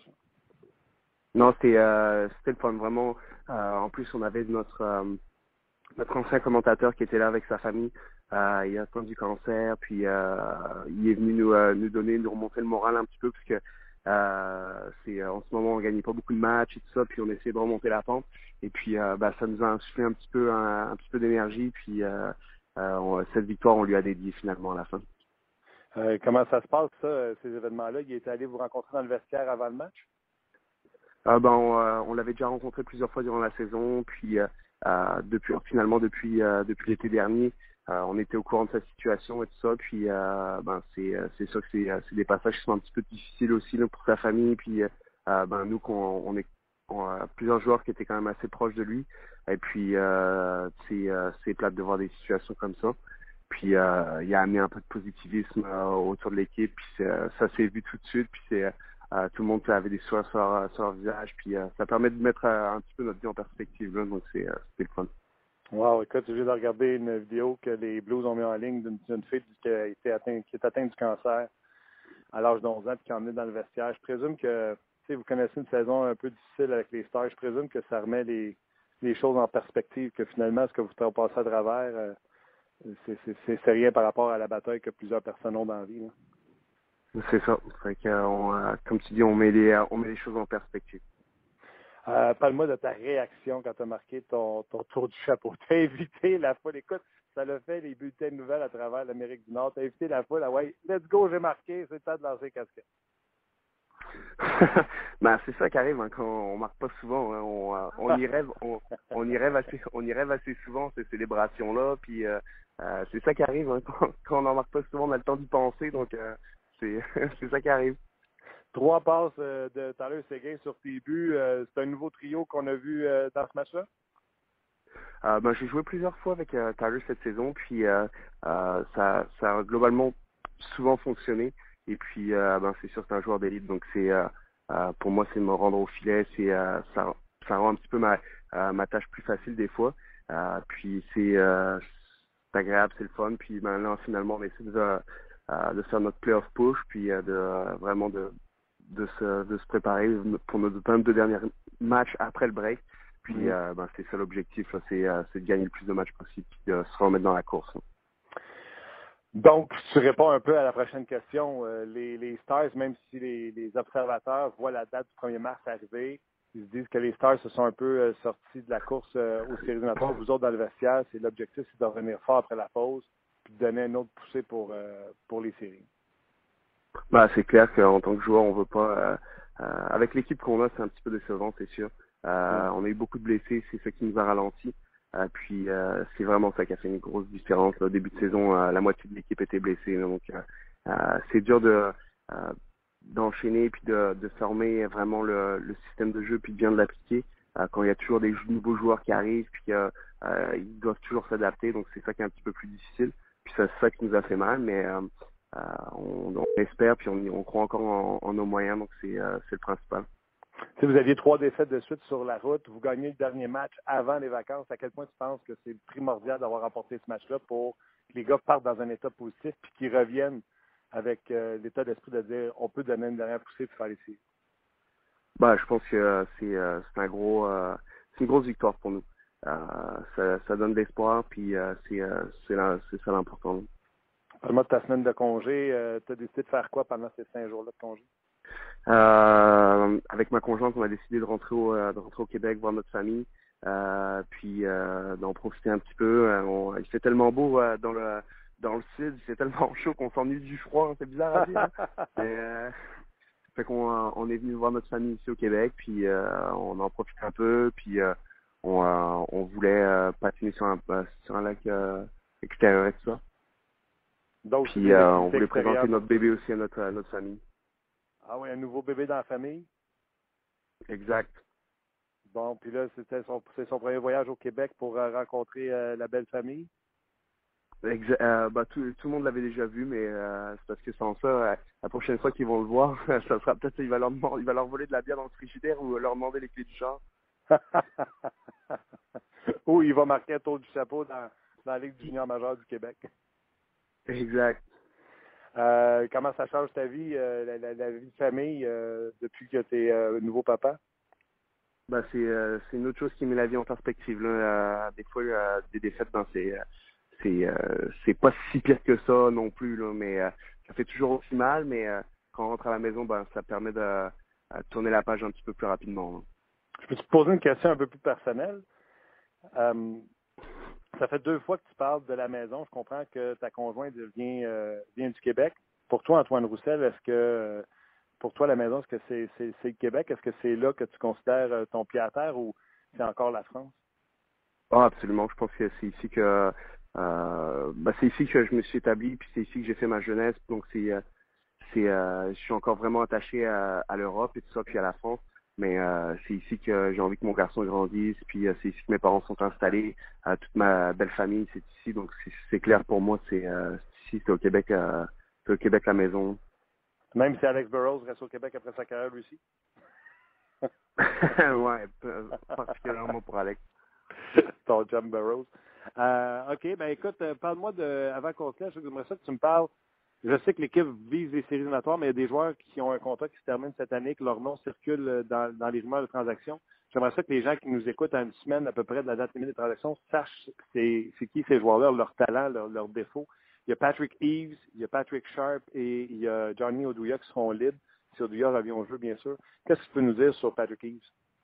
Non, c'était euh, c'était le fun, vraiment. Euh, en plus, on avait notre euh, notre ancien commentateur qui était là avec sa famille. Euh, il a atteint du cancer, puis euh, il est venu nous, euh, nous donner, nous remonter le moral un petit peu, parce que euh, c'est en ce moment on gagnait pas beaucoup de matchs et tout ça, puis on essayait de remonter la pente. Et puis euh, bah, ça nous a insufflé un petit peu un, un petit peu d'énergie, puis euh, euh, on, cette victoire on lui a dédié finalement à la fin. Euh, comment ça se passe ça, ces événements-là? Il est allé vous rencontrer dans le vestiaire avant le match? Euh, ben, on, euh, on l'avait déjà rencontré plusieurs fois durant la saison, puis euh, euh, depuis finalement depuis euh, depuis l'été dernier, euh, on était au courant de sa situation et tout ça. Puis euh, ben c'est c'est sûr que c'est c'est des passages qui sont un petit peu difficiles aussi là, pour sa famille. Puis euh, ben nous qu'on on est on a plusieurs joueurs qui étaient quand même assez proches de lui. Et puis euh, c'est euh, c'est plate de voir des situations comme ça. Puis euh, il a amené un peu de positivisme euh, autour de l'équipe. Puis ça s'est vu tout de suite. Puis c'est Euh, tout le monde avait des sourires sur leur, sur leur visage, puis euh, ça permet de mettre euh, un petit peu notre vie en perspective, là, donc c'est euh, le fun. Wow, écoute, je viens de regarder une vidéo que les Blues ont mis en ligne d'une, d'une fille qui, a été atteinte, qui est atteinte du cancer à l'âge d'onze ans, puis qui a emmené dans le vestiaire. Je présume que, tu sais, vous connaissez une saison un peu difficile avec les Stars, je présume que ça remet les, les choses en perspective, que finalement, ce que vous avez passé à travers, euh, c'est, c'est, c'est, c'est rien par rapport à la bataille que plusieurs personnes ont dans la vie, là. C'est ça. Fait que, on, euh, comme tu dis, on met les, on met les choses en perspective. Euh, parle-moi de ta réaction quand tu as marqué ton, ton tour du chapeau. Tu as invité la foule. Écoute, ça l'a fait les bulletins de nouvelles à travers l'Amérique du Nord. Tu as invité la foule. Ah ouais, let's go, j'ai marqué. C'est le temps de lancer casquette. Ben, c'est ça qui arrive hein, quand on marque pas souvent. Hein, on, euh, on y rêve, on, on y rêve assez, on y rêve assez souvent ces célébrations-là. Puis euh, euh, c'est ça qui arrive hein, quand, quand on n'en marque pas souvent, on a le temps d'y penser. Donc euh, c'est, c'est ça qui arrive. Trois passes euh, de Tyler Seguin sur tes buts. Euh, c'est un nouveau trio qu'on a vu euh, dans ce match-là? Euh, ben, j'ai joué plusieurs fois avec euh, Tyler cette saison, puis euh, euh, ça, ça a globalement souvent fonctionné. Et puis, euh, ben, c'est sûr que c'est un joueur d'élite, donc c'est euh, euh, pour moi, c'est me rendre au filet, c'est euh, ça, ça rend un petit peu ma euh, ma tâche plus facile des fois. Euh, puis c'est euh, c'est agréable, c'est le fun. Puis maintenant, finalement, on essaie de, euh, de faire notre playoff push, puis euh, de euh, vraiment de de se de se préparer pour nos vingt-deux derniers matchs après le break. Puis mmh. euh, ben, c'est ça l'objectif, là, c'est, euh, c'est de gagner le plus de matchs possible et de se remettre dans la course. Là. Donc, tu réponds un peu à la prochaine question. Euh, les, les Stars, même si les, les observateurs voient la date du premier mars arriver, ils se disent que les Stars se sont un peu euh, sortis de la course euh, aux séries éliminatoires. Vous autres, dans le vestiaire, c'est l'objectif, c'est de revenir fort après la pause puis de donner une autre poussée pour, euh, pour les séries. Bah, c'est clair qu'en tant que joueur, on veut pas... Euh, euh, avec l'équipe qu'on a, c'est un petit peu décevant, c'est sûr. Euh, on a eu beaucoup de blessés, c'est ça qui nous a ralenti. Euh, puis euh, c'est vraiment ça qui a fait une grosse différence. Là. Au début de saison, euh, la moitié de l'équipe était blessée. Là, donc euh, euh, c'est dur de euh, d'enchaîner puis de, de former vraiment le, le système de jeu puis de bien de l'appliquer. Euh, quand il y a toujours des nouveaux joueurs qui arrivent puis euh, euh, ils doivent toujours s'adapter. Donc c'est ça qui est un petit peu plus difficile. Puis c'est ça qui nous a fait mal, mais euh, euh, on, on espère puis on, on croit encore en, en nos moyens. Donc c'est euh, c'est le principal. Si vous aviez trois défaites de suite sur la route, vous gagnez le dernier match avant les vacances. À quel point tu penses que c'est primordial d'avoir remporté ce match-là pour que les gars partent dans un état positif puis qu'ils reviennent avec euh, l'état d'esprit de dire on peut donner une dernière poussée pour faire les séries? Bah, je pense que euh, c'est euh, c'est un gros euh, c'est une grosse victoire pour nous. Euh, ça, ça donne de l'espoir puis euh, c'est euh, c'est là, c'est ça l'important. Parle-moi de ta semaine de congé. Euh, tu as décidé de faire quoi pendant ces cinq jours-là de congé? Euh, avec ma conjointe, on a décidé de rentrer au, euh, de rentrer au Québec, voir notre famille, euh, puis euh, d'en profiter un petit peu. Euh, on, il fait tellement beau euh, dans le dans le sud, il fait tellement chaud qu'on s'ennuie du froid. Hein, c'est bizarre à dire. Hein? Mais, euh, fait qu'on euh, on est venu voir notre famille ici au Québec, puis euh, on en profite un peu, puis euh, on euh, on voulait euh, patiner sur un euh, sur un lac euh, extérieur et tout ça. Donc, puis euh, on voulait présenter notre bébé aussi à notre à notre famille. Ah oui, un nouveau bébé dans la famille? Exact. Bon, puis là, c'était son, c'est son premier voyage au Québec pour euh, rencontrer euh, la belle famille? Exa- euh, bah, tout, tout le monde l'avait déjà vu, mais euh, c'est parce que sans ça, euh, la prochaine fois qu'ils vont le voir, ça sera peut-être il va leur il va leur voler de la bière dans le frigidaire ou leur demander les clés du char. Ou il va marquer un tour du chapeau dans, dans la Ligue junior majeure du Québec. Exact. Euh, comment ça change ta vie, euh, la, la, la vie de famille, euh, depuis que tu es euh, nouveau papa? Bah, c'est, euh, c'est une autre chose qui met la vie en perspective. Là. Euh, des fois, euh, des défaites, ben, c'est, euh, c'est, euh, c'est pas si pire que ça non plus, là, mais euh, ça fait toujours aussi mal, mais euh, quand on rentre à la maison, ben, ça permet de euh, tourner la page un petit peu plus rapidement. Là. Je peux te poser une question un peu plus personnelle? Euh, ça fait deux fois que tu parles de la maison. Je comprends que ta conjointe vient, euh, vient du Québec. Pour toi, Antoine Roussel, est-ce que, euh, pour toi, la maison, est-ce que c'est, c'est, c'est le Québec? Est-ce que c'est là que tu considères euh, ton pied à terre ou c'est encore la France? Ah, absolument. Je pense que c'est ici que euh, bah, c'est ici que je me suis établi, puis c'est ici que j'ai fait ma jeunesse. Donc c'est euh, c'est euh, je suis encore vraiment attaché à, à l'Europe et tout ça, puis à la France. Mais euh, c'est ici que j'ai envie que mon garçon grandisse, puis euh, c'est ici que mes parents sont installés, euh, toute ma belle famille, c'est ici. Donc c'est, c'est clair pour moi, c'est, euh, c'est ici, c'est au Québec, euh, c'est au Québec la maison. Même si Alex Burrows reste au Québec après sa carrière lui aussi? Ouais, particulièrement pour Alex. Ton John Burrows. Euh, OK, ben écoute, euh, parle-moi de, avant qu'on se laisse, j'aimerais ça que tu me parles. Je sais que l'équipe vise les séries éliminatoires, mais il y a des joueurs qui ont un contrat qui se termine cette année, que leur nom circule dans, dans les rumeurs de transactions. J'aimerais ça que les gens qui nous écoutent à une semaine à peu près de la date limite des transactions sachent c'est, c'est qui ces joueurs-là, leur talent, leurs leur défauts. Il y a Patrick Eves, il y a Patrick Sharp et il y a Johnny Oduya qui seront libres. Si Oduya revient au jeu, bien sûr. Qu'est-ce que tu peux nous dire sur Patrick Eves?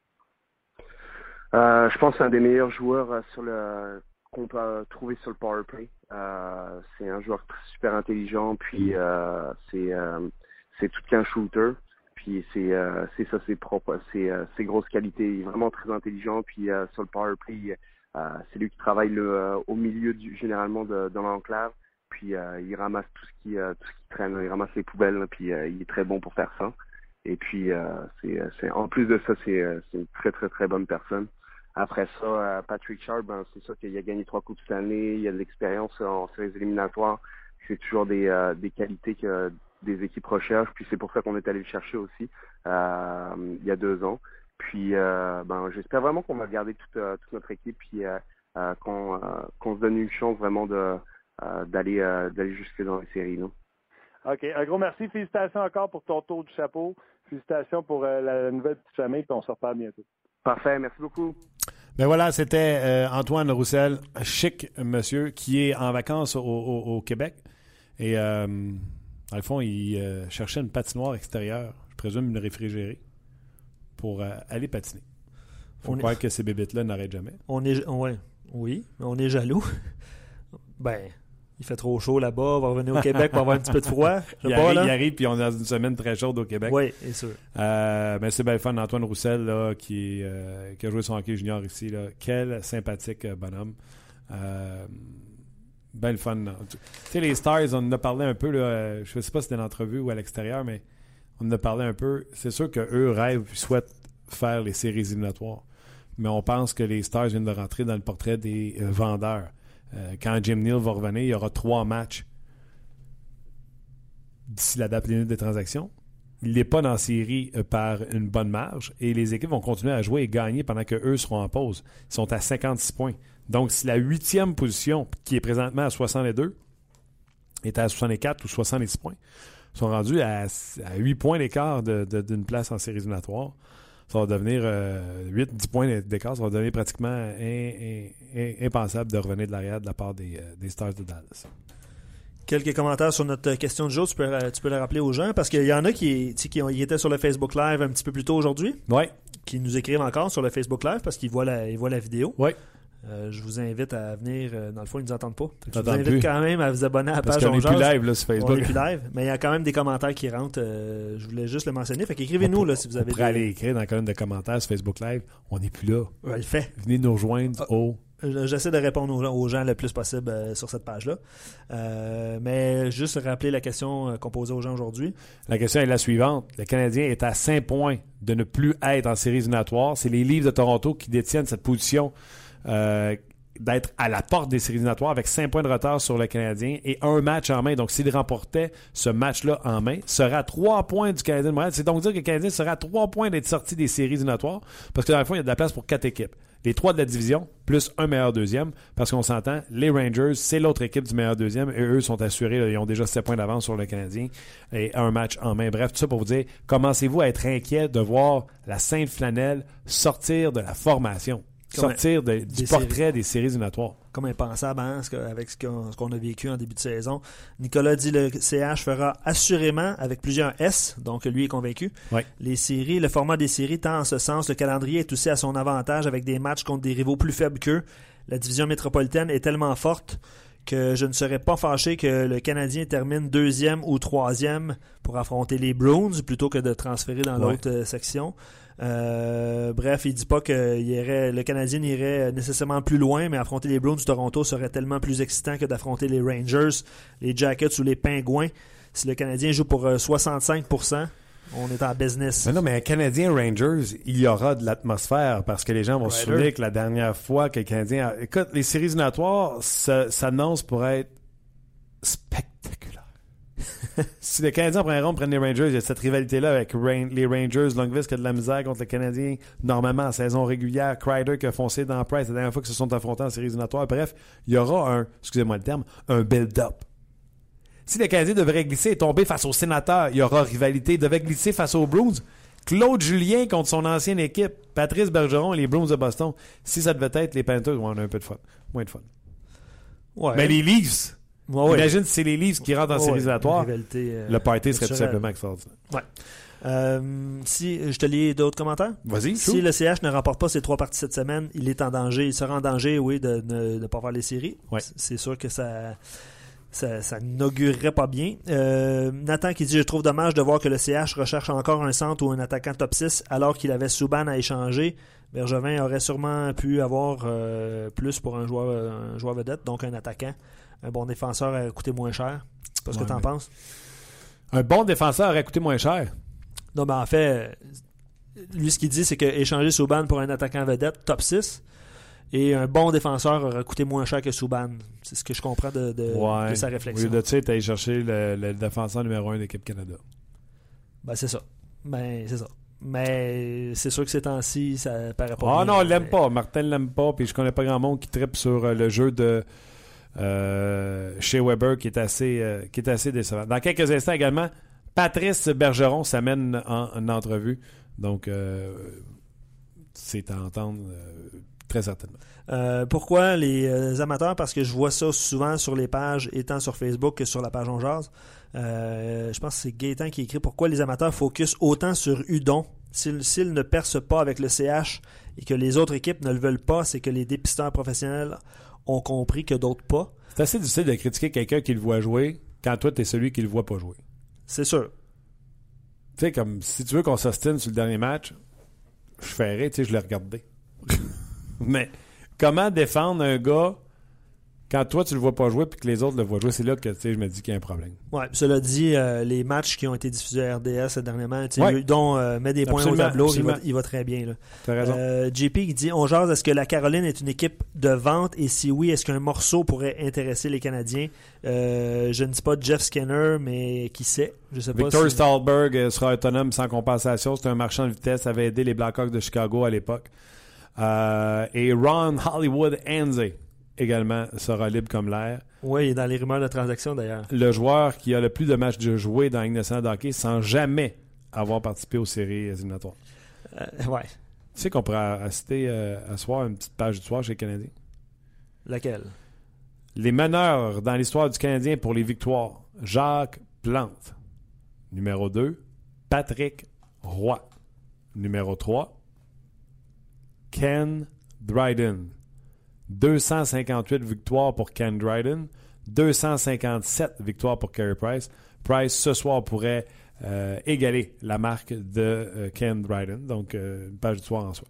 Euh, je pense que c'est un des meilleurs joueurs euh, sur le qu'on peut euh, trouver sur le power play. Euh, c'est un joueur super intelligent, puis euh, c'est euh, c'est tout qu'un shooter. Puis c'est euh, c'est ça, c'est propre, c'est euh, ses grosses qualités. Il est vraiment très intelligent. Puis euh, sur le power play, euh, c'est lui qui travaille le euh, au milieu du généralement de, dans l'enclave. Puis euh, il ramasse tout ce qui euh, tout ce qui traîne, il ramasse les poubelles. Là, puis euh, il est très bon pour faire ça. Et puis euh, c'est c'est en plus de ça, c'est c'est une très très très bonne personne. après ça, euh, Patrick Sharp, ben, c'est sûr qu'il a gagné trois coupes Stanley, il a de l'expérience en séries éliminatoires. C'est toujours des, euh, des qualités que des équipes recherchent. Puis c'est pour ça qu'on est allé le chercher aussi euh, il y a deux ans. Puis euh, ben, j'espère vraiment qu'on va garder toute, euh, toute notre équipe puis euh, euh, qu'on, euh, qu'on se donne une chance vraiment de, euh, d'aller, euh, d'aller jusque dans les séries. Non? OK. Un gros merci. Félicitations encore pour ton tour du chapeau. Félicitations pour euh, la nouvelle petite famille. Puis on se reparle bientôt. Parfait. Merci beaucoup. Ben voilà, c'était euh, Antoine Roussel, chic monsieur, qui est en vacances au, au, au Québec. Et euh, dans le fond, il euh, cherchait une patinoire extérieure, je présume une réfrigérée, pour euh, aller patiner. Il faut on croire est... que ces bébites-là n'arrêtent jamais. On est, ouais, oui, on est jaloux. Ben, il fait trop chaud là-bas, on va revenir au Québec pour avoir un petit peu de froid. Il, pas, arrive, il arrive, puis on est dans une semaine très chaude au Québec. Oui, c'est sûr. Euh, mais c'est bien le fun, Antoine Roussel, là, qui, euh, qui a joué son hockey junior ici. Là. Quel sympathique bonhomme. Euh, ben le fun. Tu sais, les Stars, on en a parlé un peu, là, je ne sais pas si c'était une entrevue ou à l'extérieur, mais on en a parlé un peu. C'est sûr qu'eux rêvent et souhaitent faire les séries éliminatoires. Mais on pense que les Stars viennent de rentrer dans le portrait des euh, vendeurs. Euh, quand Jim Neal va revenir, il y aura trois matchs d'ici la date limite des transactions. Il n'est pas dans la série euh, par une bonne marge et les équipes vont continuer à jouer et gagner pendant qu'eux seront en pause. Ils sont à cinquante-six points. Donc, si la huitième position, qui est présentement à soixante-deux, est à soixante-quatre ou soixante-dix points, ils sont rendus à, à huit points d'écart de, de, d'une place en séries éliminatoires. Ça va devenir euh, huit à dix points d'écart. Ça va devenir pratiquement in, in, in, impensable de revenir de l'arrière de la part des, euh, des Stars de Dallas. Quelques commentaires sur notre question du jour. Tu peux, tu peux le rappeler aux gens parce qu'il y en a qui, qui, ont, qui étaient sur le Facebook Live un petit peu plus tôt aujourd'hui. Oui. Qui nous écrivent encore sur le Facebook Live parce qu'ils voient la, ils voient la vidéo. Oui. Euh, je vous invite à venir. Euh, dans le fond, ils ne nous entendent pas. Je vous invite plus. quand même à vous abonner à la Parce page. qu'on n'est plus live là, sur Facebook. On n'est plus live, mais il y a quand même des commentaires qui rentrent. Euh, je voulais juste le mentionner. Fait qu'écrivez-nous on là, si vous avez. On pourrait des... aller écrire dans la colonne de commentaires sur Facebook Live. On n'est plus là. Ouais, le fait. Venez nous rejoindre ah, au. J'essaie de répondre aux gens, aux gens le plus possible euh, sur cette page-là. Euh, mais juste rappeler la question euh, qu'on posait aux gens aujourd'hui. La question est la suivante. Le Canadien est à cinq points de ne plus être en séries éliminatoires. C'est les Leafs de Toronto qui détiennent cette position euh, d'être à la porte des séries éliminatoires avec cinq points de retard sur le Canadien et un match en main. Donc, s'il remportait ce match-là en main, serait à trois points du Canadien de Montréal. C'est donc dire que le Canadien serait à trois points d'être sorti des séries éliminatoires parce que dans le fond, il y a de la place pour quatre équipes. Les trois de la division, plus un meilleur deuxième, parce qu'on s'entend, les Rangers, c'est l'autre équipe du meilleur deuxième, et eux sont assurés, là, ils ont déjà sept points d'avance sur le Canadien, et un match en main. Bref, tout ça pour vous dire, commencez-vous à être inquiet de voir la Sainte Flanelle sortir de la formation, Comme sortir un, de, du portrait séries. des séries éliminatoires. Comme impensable, hein, avec ce qu'on, ce qu'on a vécu en début de saison. Nicolas dit le C H fera assurément avec plusieurs S, donc lui est convaincu. Ouais. Les séries, le format des séries tend en ce sens. Le calendrier est aussi à son avantage avec des matchs contre des rivaux plus faibles qu'eux. La division métropolitaine est tellement forte que je ne serais pas fâché que le Canadien termine deuxième ou troisième pour affronter les Bruins plutôt que de transférer dans ouais. l'autre euh, section. Euh, bref, il dit pas que il irait, le Canadien irait nécessairement plus loin, mais affronter les Bruins du Toronto serait tellement plus excitant que d'affronter les Rangers, les Jackets ou les Pingouins. Si le Canadien joue pour euh, soixante-cinq pour cent, on est en business. Mais non, mais Canadien Rangers, il y aura de l'atmosphère parce que les gens vont Rider. se souvenir que la dernière fois que le Canadien... A... Écoute, les séries éliminatoires ça, s'annoncent pour être spectaculaires. Si le Canadien en première ronde prennent les Rangers, il y a cette rivalité-là avec Rain, les Rangers, Lundqvist qui a de la misère contre le Canadien, normalement en saison régulière, Kreider qui a foncé dans Price la dernière fois qu'ils se sont affrontés en séries éliminatoires. Bref, il y aura un, excusez-moi le terme, un build-up. Si le Canadien devrait glisser et tomber face aux Sénateurs, il y aura rivalité. Il devrait glisser face aux Bruins. Claude Julien contre son ancienne équipe, Patrice Bergeron et les Bruins de Boston. Si ça devait être les Panthers, on a un peu de fun. Moins de fun. Ouais. Mais les Leafs, ouais, imagine ouais. si c'est les Leafs qui rentrent en ouais, séries éliminatoires, euh, le party serait tout simplement extraordinaire. Ouais. Euh, si je te lis d'autres commentaires. Vas-y. Si le C H ne remporte pas ses trois parties cette semaine, il est en danger. Il sera en danger, oui, de ne pas faire les séries. Ouais. C'est sûr que ça... Ça, ça n'augurerait pas bien. Euh, Nathan qui dit « Je trouve dommage de voir que le C H recherche encore un centre ou un attaquant top six alors qu'il avait Subban à échanger. Bergevin aurait sûrement pu avoir euh, plus pour un joueur, un joueur vedette, donc un attaquant. Un bon défenseur aurait coûté moins cher. C'est pas ce ouais, que tu en penses? Un bon défenseur aurait coûté moins cher? Non, mais en fait, lui, ce qu'il dit, c'est qu'échanger Subban pour un attaquant vedette, top six, et un bon défenseur aurait coûté moins cher que Subban. C'est ce que je comprends de, de, ouais. de sa réflexion. Oui, de tu sais, t'as allé chercher le, le défenseur numéro un de l'équipe Canada. Ben, c'est ça. Ben, c'est ça. Mais c'est sûr que ces temps-ci, ça paraît pas. Ah bien, non, il l'aime mais... pas. Martin l'aime pas. Puis je connais pas grand monde qui trippe sur euh, le jeu de euh, chez Weber qui est assez euh, qui est assez décevant. Dans quelques instants également, Patrice Bergeron s'amène en, en entrevue. Donc, euh, c'est à entendre euh, très certainement. Euh, pourquoi les euh, amateurs? Parce que je vois ça souvent sur les pages, étant sur Facebook que sur la page On Jase. Euh, je pense que c'est Gaétan qui écrit pourquoi les amateurs focus autant sur Hudon. S'ils, s'ils ne percent pas avec le C H et que les autres équipes ne le veulent pas, c'est que les dépisteurs professionnels ont compris que d'autres pas. C'est assez difficile de critiquer quelqu'un qui le voit jouer quand toi, t'es celui qui le voit pas jouer. C'est sûr. Tu sais, comme si tu veux qu'on s'ostine sur le dernier match, je ferais, tu sais, je l'ai regardé. Mais comment défendre un gars quand toi, tu le vois pas jouer puis que les autres le voient jouer? C'est là que tu sais, je me dis qu'il y a un problème. Ouais, cela dit, euh, les matchs qui ont été diffusés à R D S dernièrement, tu sais, ouais. dont euh, met des points Absolument, au tableau, il va, absolument. il va très bien. Là. T'as raison. Euh, J P qui dit on jase, est-ce que la Caroline est une équipe de vente et si oui, est-ce qu'un morceau pourrait intéresser les Canadiens? Euh, je ne dis pas Jeff Skinner, mais qui sait? Je sais pas. Victor si... Stahlberg sera autonome sans compensation. C'est un marchand de vitesse, avait aidé les Blackhawks de Chicago à l'époque. Euh, et Ron Hollywood Anze également sera libre comme l'air. Oui, il est dans les rumeurs de transaction d'ailleurs. Le joueur qui a le plus de matchs de jouer dans la Ligue nationale de hockey sans jamais avoir participé aux séries éliminatoires. Euh, ouais. Tu sais qu'on pourrait assister euh, à soir une petite page du soir chez les Canadiens? Laquelle? Les meneurs dans l'histoire du Canadien pour les victoires. Jacques Plante. Numéro deux, Patrick Roy. Numéro trois, Ken Dryden. deux cent cinquante-huit victoires pour Ken Dryden, deux cent cinquante-sept victoires pour Carey Price. Price, ce soir, pourrait euh, égaler la marque de euh, Ken Dryden. Donc, euh, une page du soir en soi.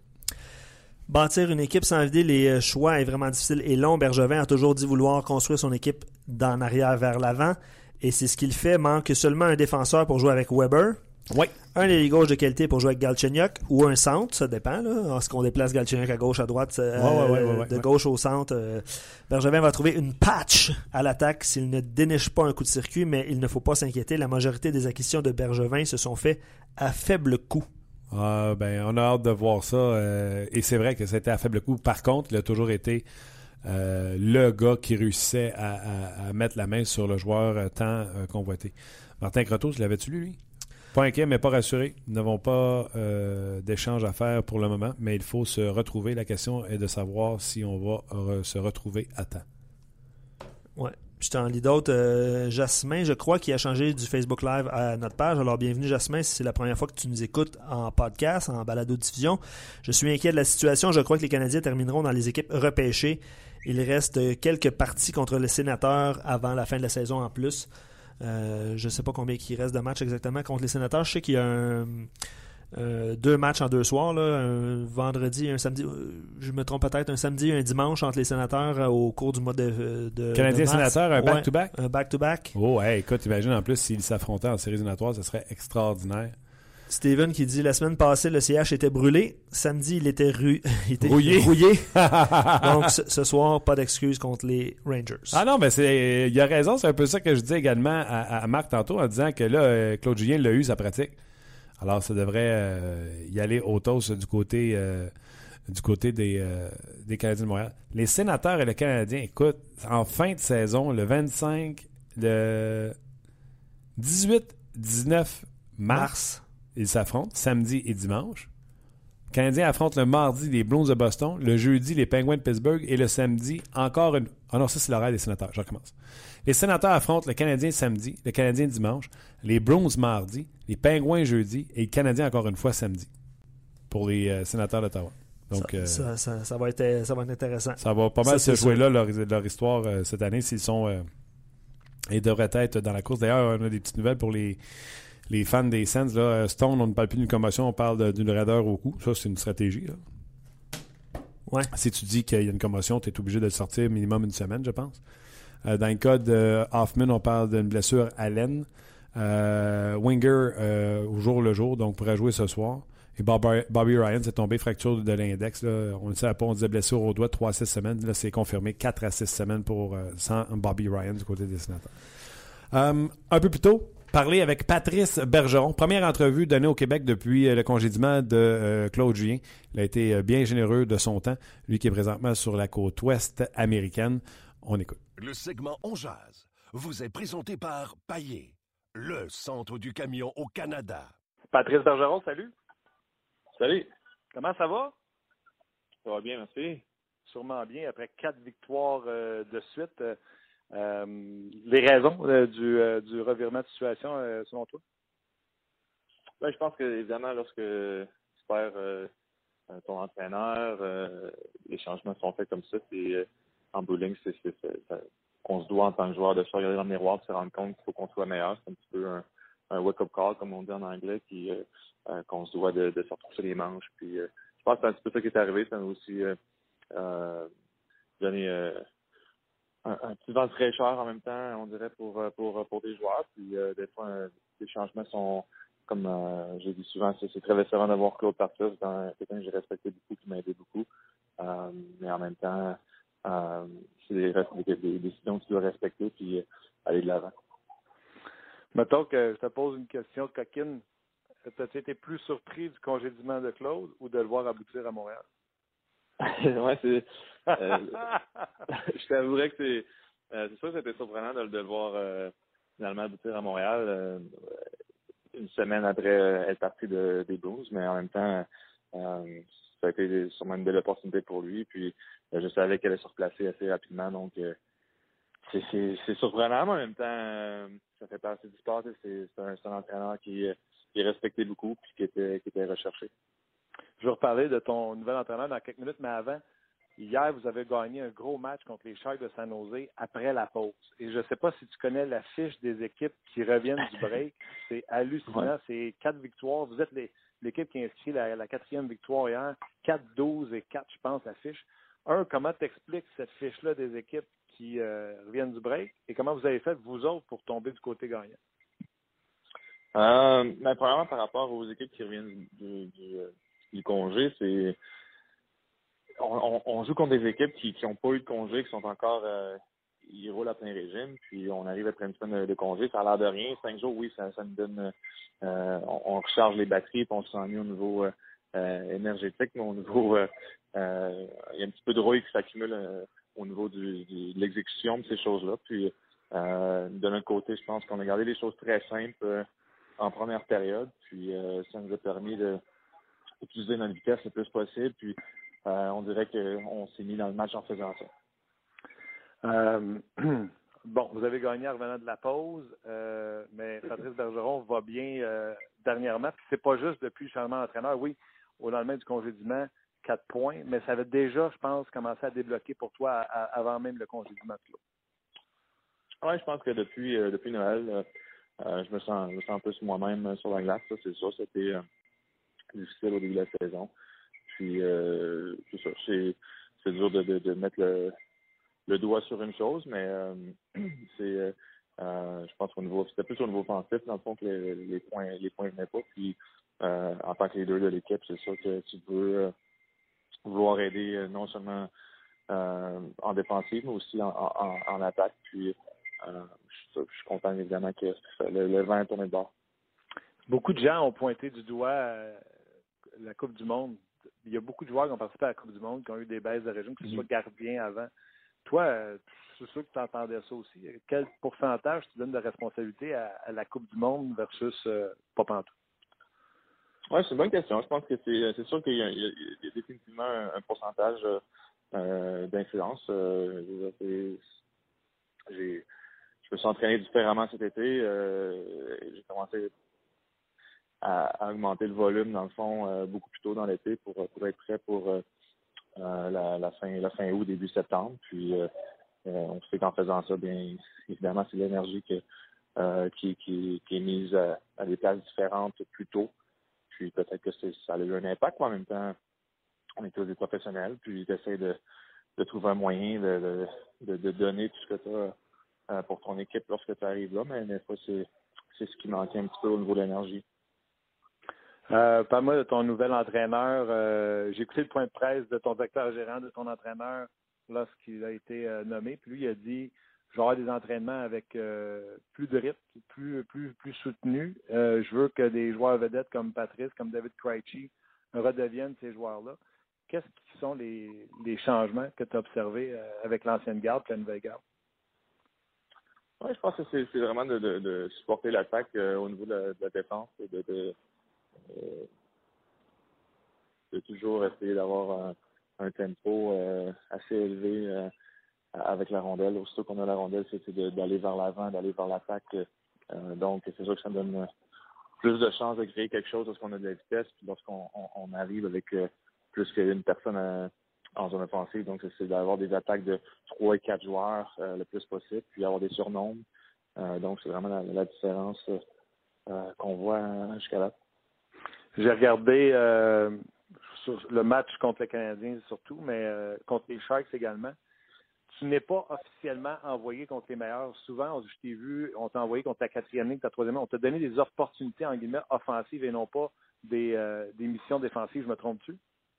Bâtir une équipe sans vider les choix est vraiment difficile et long. Bergevin a toujours dit vouloir construire son équipe d'en arrière vers l'avant. Et c'est ce qu'il fait. Manque seulement un défenseur pour jouer avec Weber. Oui. Un ailier gauche de qualité pour jouer avec Galchenyuk ou un centre, ça dépend. Là. Est-ce qu'on déplace Galchenyuk à gauche, à droite, euh, ouais, ouais, ouais, ouais, de ouais. gauche au centre? Euh, Bergevin va trouver une patch à l'attaque s'il ne déniche pas un coup de circuit, mais il ne faut pas s'inquiéter. La majorité des acquisitions de Bergevin se sont faites à faible coût. Ah, ben, on a hâte de voir ça. Euh, et c'est vrai que c'était à faible coût. Par contre, il a toujours été euh, le gars qui réussissait à, à, à mettre la main sur le joueur euh, tant euh, convoité. Martin Croteau, tu l'avais-tu lu, lui? Pas inquiet, mais pas rassuré. Nous n'avons pas euh, d'échange à faire pour le moment, mais il faut se retrouver. La question est de savoir si on va re- se retrouver à temps. Ouais. Je t'en lis d'autres. Euh, Jasmin, je crois, qui a changé du Facebook Live à notre page. Alors, bienvenue, Jasmin, si c'est la première fois que tu nous écoutes en podcast, en balado-diffusion. Je suis inquiet de la situation. Je crois que les Canadiens termineront dans les équipes repêchées. Il reste quelques parties contre les Sénateurs avant la fin de la saison en plus. Euh, je ne sais pas combien il reste de matchs exactement contre les Sénateurs. Je sais qu'il y a un, euh, deux matchs en deux soirs, là, un vendredi et un samedi. Je me trompe peut-être, un samedi et un dimanche entre les Sénateurs euh, au cours du mois de, de Canadien-Sénateur, un back-to-back? Ouais, un back-to-back. Oh, hey, écoute, imagine en plus s'ils s'affrontaient en séries éliminatoires, ce serait extraordinaire. Steven qui dit la semaine passée, le C H était brûlé. Samedi, il était, ru... il était rouillé. rouillé. Donc, ce, ce soir, pas d'excuses contre les Rangers. Ah non, mais c'est, il a raison. C'est un peu ça que je dis également à, à Marc tantôt en disant que là, Claude Julien l'a eu, sa pratique. Alors, ça devrait euh, y aller au toast du côté, euh, du côté des, euh, des Canadiens de Montréal. Les Sénateurs et le Canadien, écoute, en fin de saison, le vingt-cinq, le dix-huit dix-neuf mars, mars. Ils s'affrontent, samedi et dimanche. Le Canadien affronte le mardi les Blues de Boston, le jeudi les Penguins de Pittsburgh et le samedi encore une... Ah non, ça c'est l'horaire des Sénateurs, je recommence. Les Sénateurs affrontent le Canadien samedi, le Canadien dimanche, les Blues mardi, les Penguins jeudi et le Canadien encore une fois samedi pour les euh, Sénateurs d'Ottawa. Donc, ça, euh, ça, ça, ça, va être, ça va être intéressant. Ça va pas mal ça, se jouer là, leur, leur histoire euh, cette année, s'ils sont... Euh, ils devraient être dans la course. D'ailleurs, on a des petites nouvelles pour les... Les fans des Sens, là, Stone, on ne parle plus d'une commotion, on parle de, d'une raideur au cou. Ça, c'est une stratégie. Là. Ouais. Si tu dis qu'il y a une commotion, tu es obligé de le sortir minimum une semaine, je pense. Euh, dans le cas de Hoffman, on parle d'une blessure à l'aine. Euh, Winger, euh, au jour le jour, donc pourrait jouer ce soir. Et Bobby, Bobby Ryan s'est tombé fracture de l'index. Là. On ne savait pas, on disait blessure au doigt, trois à six semaines. Là, c'est confirmé, quatre à six semaines pour euh, sans Bobby Ryan du côté des Sénateurs. Um, un peu plus tôt, parler avec Patrice Bergeron. Première entrevue donnée au Québec depuis euh, le congédiement de euh, Claude Julien. Il a été euh, bien généreux de son temps, lui qui est présentement sur la côte ouest américaine. On écoute. Le segment On Jase vous est présenté par Payet, le centre du camion au Canada. Patrice Bergeron, salut. Salut. Comment ça va? Ça va bien, merci. Sûrement bien, après quatre victoires euh, de suite. Euh, euh, les raisons euh, du, euh, du revirement de situation, euh, selon toi? Ben, je pense que, évidemment, lorsque tu perds euh, ton entraîneur, euh, les changements sont faits comme ça, c'est euh, en bowling, c'est, c'est, c'est, ça, on se doit en tant que joueur de se regarder dans le miroir et se rendre compte qu'il faut qu'on soit meilleur. C'est un petit peu un, un wake-up call, comme on dit en anglais, puis euh, euh, qu'on se doit de, de se retrousser les manches. Puis, euh, je pense que c'est un petit peu ça qui est arrivé. Ça m'a aussi euh, euh, donné euh, un, un petit vent de fraîcheur en même temps, on dirait, pour pour pour des joueurs. Puis euh, des fois, euh, les changements sont, comme euh, j'ai dit souvent, c'est, c'est très rassurant d'avoir Claude partir. C'est un, quelqu'un que j'ai respecté beaucoup, qui m'a aidé beaucoup. Euh, mais en même temps, euh, c'est des, des, des décisions que tu dois respecter puis euh, aller de l'avant. Mettons que je te pose une question coquine. As-tu été plus surpris du congédiement de Claude ou de le voir aboutir à Montréal? ouais, c'est. Euh, je t'avouerais que c'est. Euh, c'est sûr que c'était surprenant de, de le voir euh, finalement aboutir à Montréal euh, une semaine après euh, être parti de, des Blues, mais en même temps, euh, ça a été sûrement une belle opportunité pour lui. Puis euh, je savais qu'elle allait se replacer assez rapidement, donc euh, c'est, c'est, c'est surprenant, mais en même temps, euh, ça fait partie du sport. C'est, c'est, un, c'est un entraîneur qui, qui est respecté beaucoup puis qui était, qui était recherché. Je vais reparler de ton nouvel entraîneur dans quelques minutes, mais avant, hier, vous avez gagné un gros match contre les Sharks de San Jose après la pause. Et je ne sais pas si tu connais la fiche des équipes qui reviennent du break. C'est hallucinant. Ouais. C'est quatre victoires. Vous êtes les, l'équipe qui a inscrit la, la quatrième victoire hier. quatre douze et quatre, je pense, la fiche. Un, comment t'expliques cette fiche-là des équipes qui euh, reviennent du break? Et comment vous avez fait, vous autres, pour tomber du côté gagnant? Euh, ben, premièrement, par rapport aux équipes qui reviennent du, du, du congé, c'est on, on, on joue contre des équipes qui n'ont pas eu de congé, qui sont encore euh, ils roulent à plein régime, puis on arrive après une semaine de, de congé, ça a l'air de rien. Cinq jours, oui, ça, ça nous donne euh, on, on recharge les batteries, puis on se sent mieux au niveau euh, énergétique, mais au niveau euh, euh, il y a un petit peu de rouille qui s'accumule euh, au niveau du, du, de l'exécution de ces choses-là. Puis euh, de notre côté, je pense qu'on a gardé des choses très simples euh, en première période, puis euh, ça nous a permis de utiliser notre vitesse le plus possible, puis euh, on dirait qu'on s'est mis dans le match en faisant ça. Euh, bon, vous avez gagné en revenant de la pause, euh, mais Patrice Bergeron va bien euh, dernièrement, puis c'est pas juste depuis le changement d'entraîneur. Oui, au lendemain du congédiement, quatre points, mais ça avait déjà, je pense, commencé à débloquer pour toi à, à, avant même le congédiement de Claude. Oui, je pense que depuis euh, depuis Noël, euh, euh, je me sens je me sens plus moi-même sur la glace, ça c'est ça, c'était euh, difficile au début de la saison. Puis euh, c'est ça, c'est, c'est dur de, de, de mettre le, le doigt sur une chose, mais euh, c'est euh, je pense qu'au niveau c'était plus au niveau offensif, dans le fond, que les, les points les points venaient pas. Puis euh, en tant que leader de l'équipe, c'est sûr que tu veux euh, vouloir aider euh, non seulement euh, en défensive, mais aussi en, en, en attaque. Puis euh, je, je suis content évidemment que le, le vent est tourné de bord. Beaucoup de gens ont pointé du doigt euh, la Coupe du Monde. Il y a beaucoup de joueurs qui ont participé à la Coupe du Monde, qui ont eu des baisses de régime, que ce soit gardien avant. Toi, euh, je suis sûr que tu entendais ça aussi. Quel pourcentage tu donnes de responsabilité à, à la Coupe du Monde versus euh, pas pantoute? Oui, c'est une bonne question. Je pense que c'est, c'est sûr qu'il y a, il y a, il y a définitivement un, un pourcentage euh, d'influence. Euh, c'est, j'ai, je me suis entraîné différemment cet été. Euh, j'ai commencé à, à augmenter le volume, dans le fond, euh, beaucoup plus tôt dans l'été pour, pour être prêt pour euh, la, la fin la fin août, début septembre. Puis euh, on sait qu'en faisant ça, bien évidemment, c'est l'énergie que, euh, qui, qui, qui est mise à, à des places différentes plus tôt. Puis peut-être que c'est, ça a eu un impact, mais en même temps, on est tous des professionnels, puis tu essaies de, de trouver un moyen de, de, de donner tout ce que tu as euh, pour ton équipe lorsque tu arrives là, mais des fois, c'est, c'est ce qui manquait un petit peu au niveau de l'énergie. Euh, Parle-moi de ton nouvel entraîneur. Euh, j'ai écouté le point de presse de ton directeur gérant, de ton entraîneur, lorsqu'il a été euh, nommé. Puis lui, il a dit, je vais avoir des entraînements avec euh, plus de rythme, plus plus plus soutenus. Euh, je veux que des joueurs vedettes comme Patrice, comme David Krejci redeviennent ces joueurs-là. Qu'est-ce qui sont les, les changements que tu as observés euh, avec l'ancienne garde et la nouvelle garde? Oui, je pense que c'est, c'est vraiment de, de, de supporter l'attaque euh, au niveau de la, de la défense et de, de, euh, de toujours essayer d'avoir un, un tempo euh, assez élevé euh, avec la rondelle. Aussitôt qu'on a la rondelle, c'est, c'est de, d'aller vers l'avant, d'aller vers l'attaque. Euh, donc, c'est sûr que ça me donne plus de chances de créer quelque chose lorsqu'on a de la vitesse, puis lorsqu'on on, on arrive avec euh, plus qu'une personne à, en zone offensive. Donc, c'est, c'est d'avoir des attaques de trois et quatre joueurs euh, le plus possible, puis avoir des surnombres. Euh, donc, c'est vraiment la, la différence euh, qu'on voit euh, jusqu'à là. J'ai regardé euh, sur le match contre les Canadiens surtout, mais euh, contre les Sharks également. Tu n'es pas officiellement envoyé contre les meilleurs. Souvent, je t'ai vu, on t'a envoyé contre ta quatrième ligne, ta troisième ligne. On t'a donné des opportunités, en guillemets, offensives et non pas des, euh, des missions défensives. Je me trompe-tu?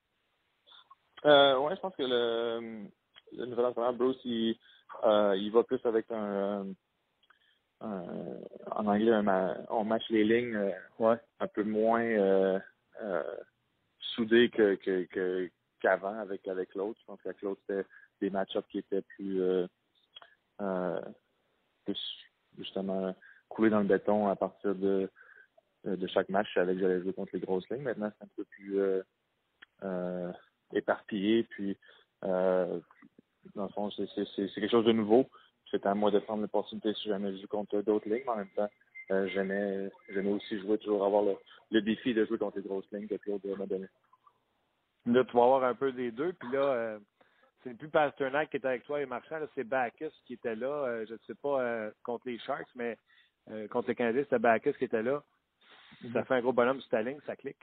Euh, oui, je pense que le, le nouvel entraîneur, Bruce, il, euh, il va plus avec un, un en anglais, un, on match les lignes euh, Ouais. un peu moins euh, euh, soudé que, que, que, qu'avant avec, avec l'autre. Je pense qu'avec l'autre, c'était des match-ups qui étaient plus, euh, euh, plus justement coulés dans le béton à partir de, de chaque match. Je savais que j'allais jouer contre les grosses lignes. Maintenant, c'est un peu plus euh, euh, éparpillé. Puis, euh, dans le fond, c'est, c'est, c'est, c'est quelque chose de nouveau. C'était à moi de prendre l'opportunité si jamais je joue contre d'autres lignes. Mais en même temps, euh, j'aimais, j'aimais aussi jouer, toujours avoir le, le défi de jouer contre les grosses lignes que Claude m'a donné. Là, tu vas avoir un peu des deux. Puis là, euh, c'est plus Pasternak qui était avec toi et Marchand. Là, c'est Bacchus qui était là. Euh, je ne sais pas euh, contre les Sharks, mais euh, contre les Canadiens, c'était Bacchus qui était là. Mm-hmm. Ça fait un gros bonhomme sur ta ligne, ça clique.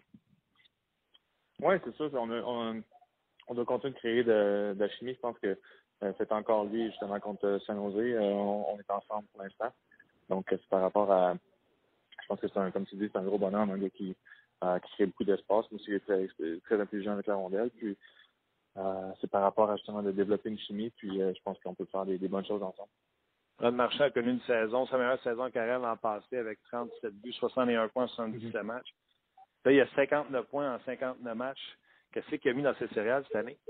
Oui, c'est sûr. On, a, on, on doit continuer de créer de, de la chimie. Je pense que euh, c'est encore lui, justement, contre San Jose. Euh, on, on est ensemble pour l'instant. Donc, c'est par rapport à... Je pense que c'est un, comme tu dis, c'est un gros bonhomme, un gars qui, euh, qui crée beaucoup d'espace, mais aussi il est très, très intelligent avec la rondelle. Puis, euh, c'est par rapport à justement de développer une chimie. Puis, euh, je pense qu'on peut faire des, des bonnes choses ensemble. Ron Marchand a connu une saison, sa meilleure saison en carrière l'an passé avec trente-sept buts, soixante et un points en soixante-dix-sept mm-hmm. matchs. Là, il y a cinquante-neuf points en cinquante-neuf matchs. Qu'est-ce qu'il a mis dans ses céréales cette année?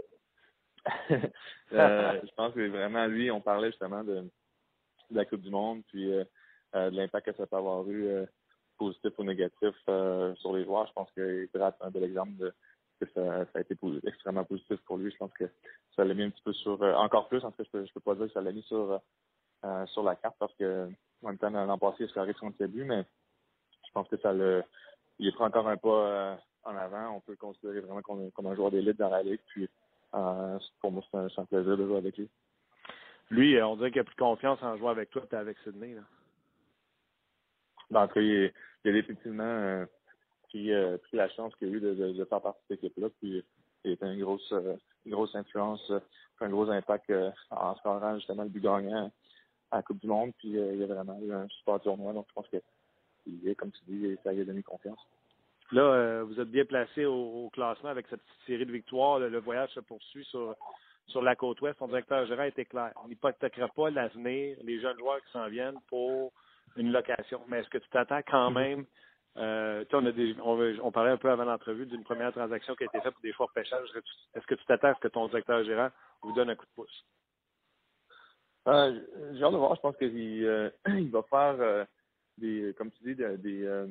euh, je pense que vraiment, lui, on parlait justement de, de la Coupe du Monde, puis euh, euh, de l'impact que ça peut avoir eu, euh, positif ou négatif, euh, sur les joueurs. Je pense que Brad est un bel exemple de que ça, ça a été po- extrêmement positif pour lui. Je pense que ça l'a mis un petit peu sur, euh, encore plus, en fait, je peux, je peux pas dire que ça l'a mis sur euh, sur la carte parce que en même temps, l'an passé, il a scoré trente-sept buts, mais je pense que ça le, il prend encore un pas euh, en avant. On peut le considérer vraiment comme, comme un joueur d'élite dans la ligue. Puis, euh, pour moi, c'est un, c'est un plaisir de jouer avec lui. Lui, on dirait qu'il a plus confiance en jouant avec toi que avec Sidney. Là. Ben, en tout cas, il, il a définitivement euh, pris, euh, pris la chance qu'il a eu de, de, de faire partie de cette équipe-là. Puis, il a été une grosse, euh, une grosse influence, euh, un gros impact euh, en scorant justement le but gagnant à la Coupe du Monde. Puis, euh, il a vraiment eu un super tournoi. Donc, je pense que, il, comme tu dis, ça lui a donné confiance. Là, euh, vous êtes bien placé au, au classement avec cette petite série de victoires. Le, le voyage se poursuit sur, sur la côte ouest. Son directeur général était clair. On n'hypothèquera pas l'avenir, les jeunes joueurs qui s'en viennent pour une location. Mais est-ce que tu t'attends quand même, euh, on, a des, on, on parlait un peu avant l'entrevue d'une première transaction qui a été faite pour des choix de pêchage. Est-ce que tu t'attends à ce que ton directeur général vous donne un coup de pouce? Euh, j'ai hâte de voir. Je pense qu'il euh, il va faire euh, des, comme tu dis, des, des, euh,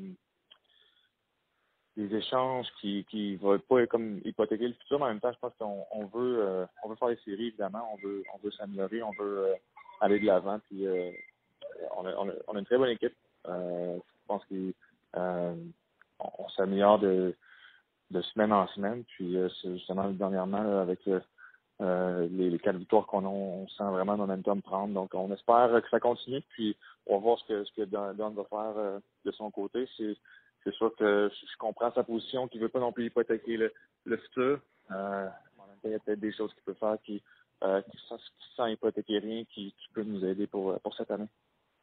des échanges qui qui vont pas comme hypothéquer le futur, mais en même temps, je pense qu'on on veut euh, on veut faire les séries, évidemment, on veut on veut s'améliorer, on veut euh, aller de l'avant, puis euh, on, a, on, a, on a une très bonne équipe. Euh, je pense qu'on euh, on, on s'améliore de de semaine en semaine, puis euh, c'est justement dernièrement là, avec euh, euh, les, les quatre victoires qu'on a, on sent vraiment le momentum prendre, donc on espère que ça continue, puis on va voir ce que ce que Don, Don va faire euh, de son côté. C'est C'est sûr que je comprends sa position, qu'il veut pas non plus hypothéquer le, le futur. Euh, en même temps, il y a peut-être des choses qu'il peut faire qui, euh, qui sans, sans hypothéquer rien, qui, qui peut nous aider pour, pour cette année.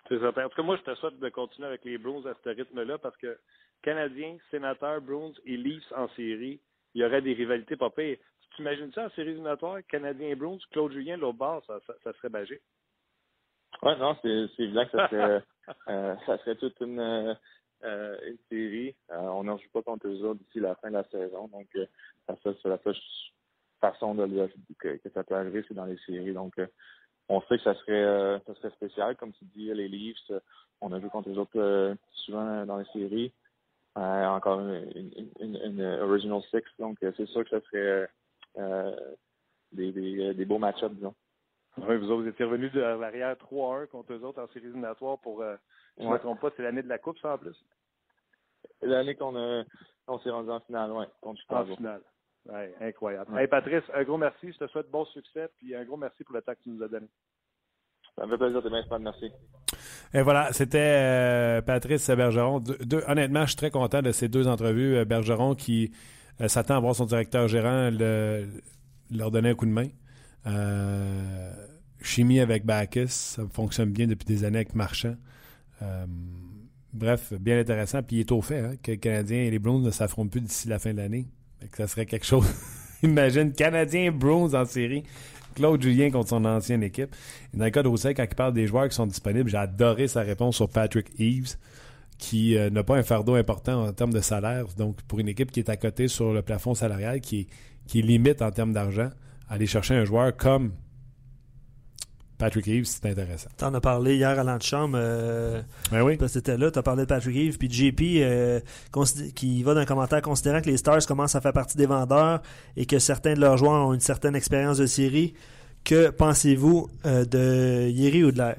C'est ça. En tout cas, moi, je te souhaite de continuer avec les Bruins à ce rythme-là parce que Canadiens, Sénateurs, Bruins et Leafs en série, il y aurait des rivalités pas pires. Tu t'imagines ça en série éliminatoire? Canadiens et Bruins, Claude Julien, l'autre bord, ça, ça, ça serait magique. Ouais, non, c'est, c'est évident que ça serait, euh, ça serait toute une, euh, une série. Euh, on n'en joue pas contre eux autres d'ici la fin de la saison. Donc, euh, la seule, la seule façon de, de, que, que ça peut arriver, c'est dans les séries. Donc, euh, on sait que ça serait, euh, ça serait spécial. Comme tu dis, les Leafs, euh, on a vu contre eux autres euh, souvent dans les séries. Euh, encore une, une, une, une Original Six. Donc, euh, c'est sûr que ça serait euh, des, des, des beaux match-ups, disons. Oui, vous autres, vous étiez revenus de l'arrière trois à un contre eux autres en séries éliminatoires pour, euh, je ne ouais. me trompe pas, c'est l'année de la Coupe, ça, en plus? L'année qu'on a, on s'est rendu en finale, oui, contre Chicago. En finale. Ouais, incroyable. Ouais. Hey, Patrice, un gros merci. Je te souhaite bon succès, puis un gros merci pour le temps que tu nous as donné. Ça me fait plaisir, t'es bien, Span, merci. Et voilà, c'était euh, Patrice Bergeron. De, de, honnêtement, je suis très content de ces deux entrevues. Euh, Bergeron qui euh, s'attend à voir son directeur gérant le, leur donner un coup de main. Euh, chimie avec Backes, ça fonctionne bien depuis des années avec Marchand. Euh, bref, bien intéressant. Puis il est au fait hein, que les Canadiens et les Bruins ne s'affrontent plus d'ici la fin de l'année. Fait que ça serait quelque chose. Imagine, Canadiens Bruins en série. Claude Julien contre son ancienne équipe. Et dans le cas d'Osei, quand il parle des joueurs qui sont disponibles, j'ai adoré sa réponse sur Patrick Eves, qui euh, n'a pas un fardeau important en termes de salaire. Donc, pour une équipe qui est à côté sur le plafond salarial, qui est, qui est limite en termes d'argent, aller chercher un joueur comme Patrick Eves, c'est intéressant. Tu en as parlé hier à l'antichambre. Euh, ben oui. Parce que c'était là, tu as parlé de Patrick Eves. Puis J P, euh, considé- qui va d'un commentaire considérant que les Stars commencent à faire partie des vendeurs et que certains de leurs joueurs ont une certaine expérience de série. Que pensez-vous euh, de Jiri Udler?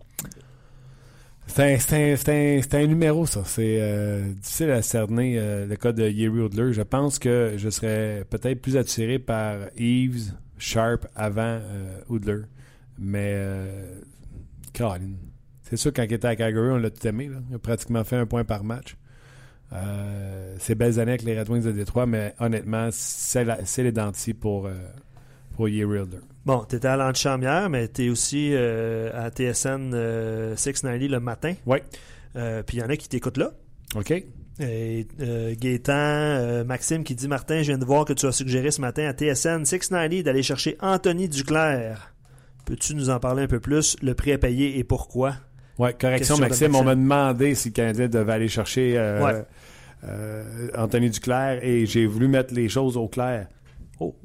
C'est un, c'est, un, c'est, un, c'est un numéro, ça. C'est euh, difficile à cerner euh, le cas de Jiri Udler. Je pense que je serais peut-être plus attiré par Eves, Sharp avant euh, Udler. Mais, euh, Caroline, c'est sûr, quand il était à Calgary, on l'a tout aimé. Là. Il a pratiquement fait un point par match. Euh, c'est belles années avec les Red Wings de Détroit, mais honnêtement, c'est, la, c'est les dentiers pour, euh, pour Jiri Udler. Bon, tu étais à l'antichambre hier, mais tu es aussi euh, à T S N euh, six cent quatre-vingts le matin. Oui. Euh, Puis il y en a qui t'écoutent là. OK. Et euh, Gaétan, euh, Maxime qui dit « Martin, je viens de voir que tu as suggéré ce matin à T S N six cent quatre-vingts d'aller chercher Anthony Duclair. Peux-tu nous en parler un peu plus? Le prix à payer et pourquoi? » Oui, correction, Maxime, Maxime. On m'a demandé si le Canadien devait aller chercher euh, ouais. euh, Anthony Duclair et j'ai voulu mettre les choses au clair. Oh.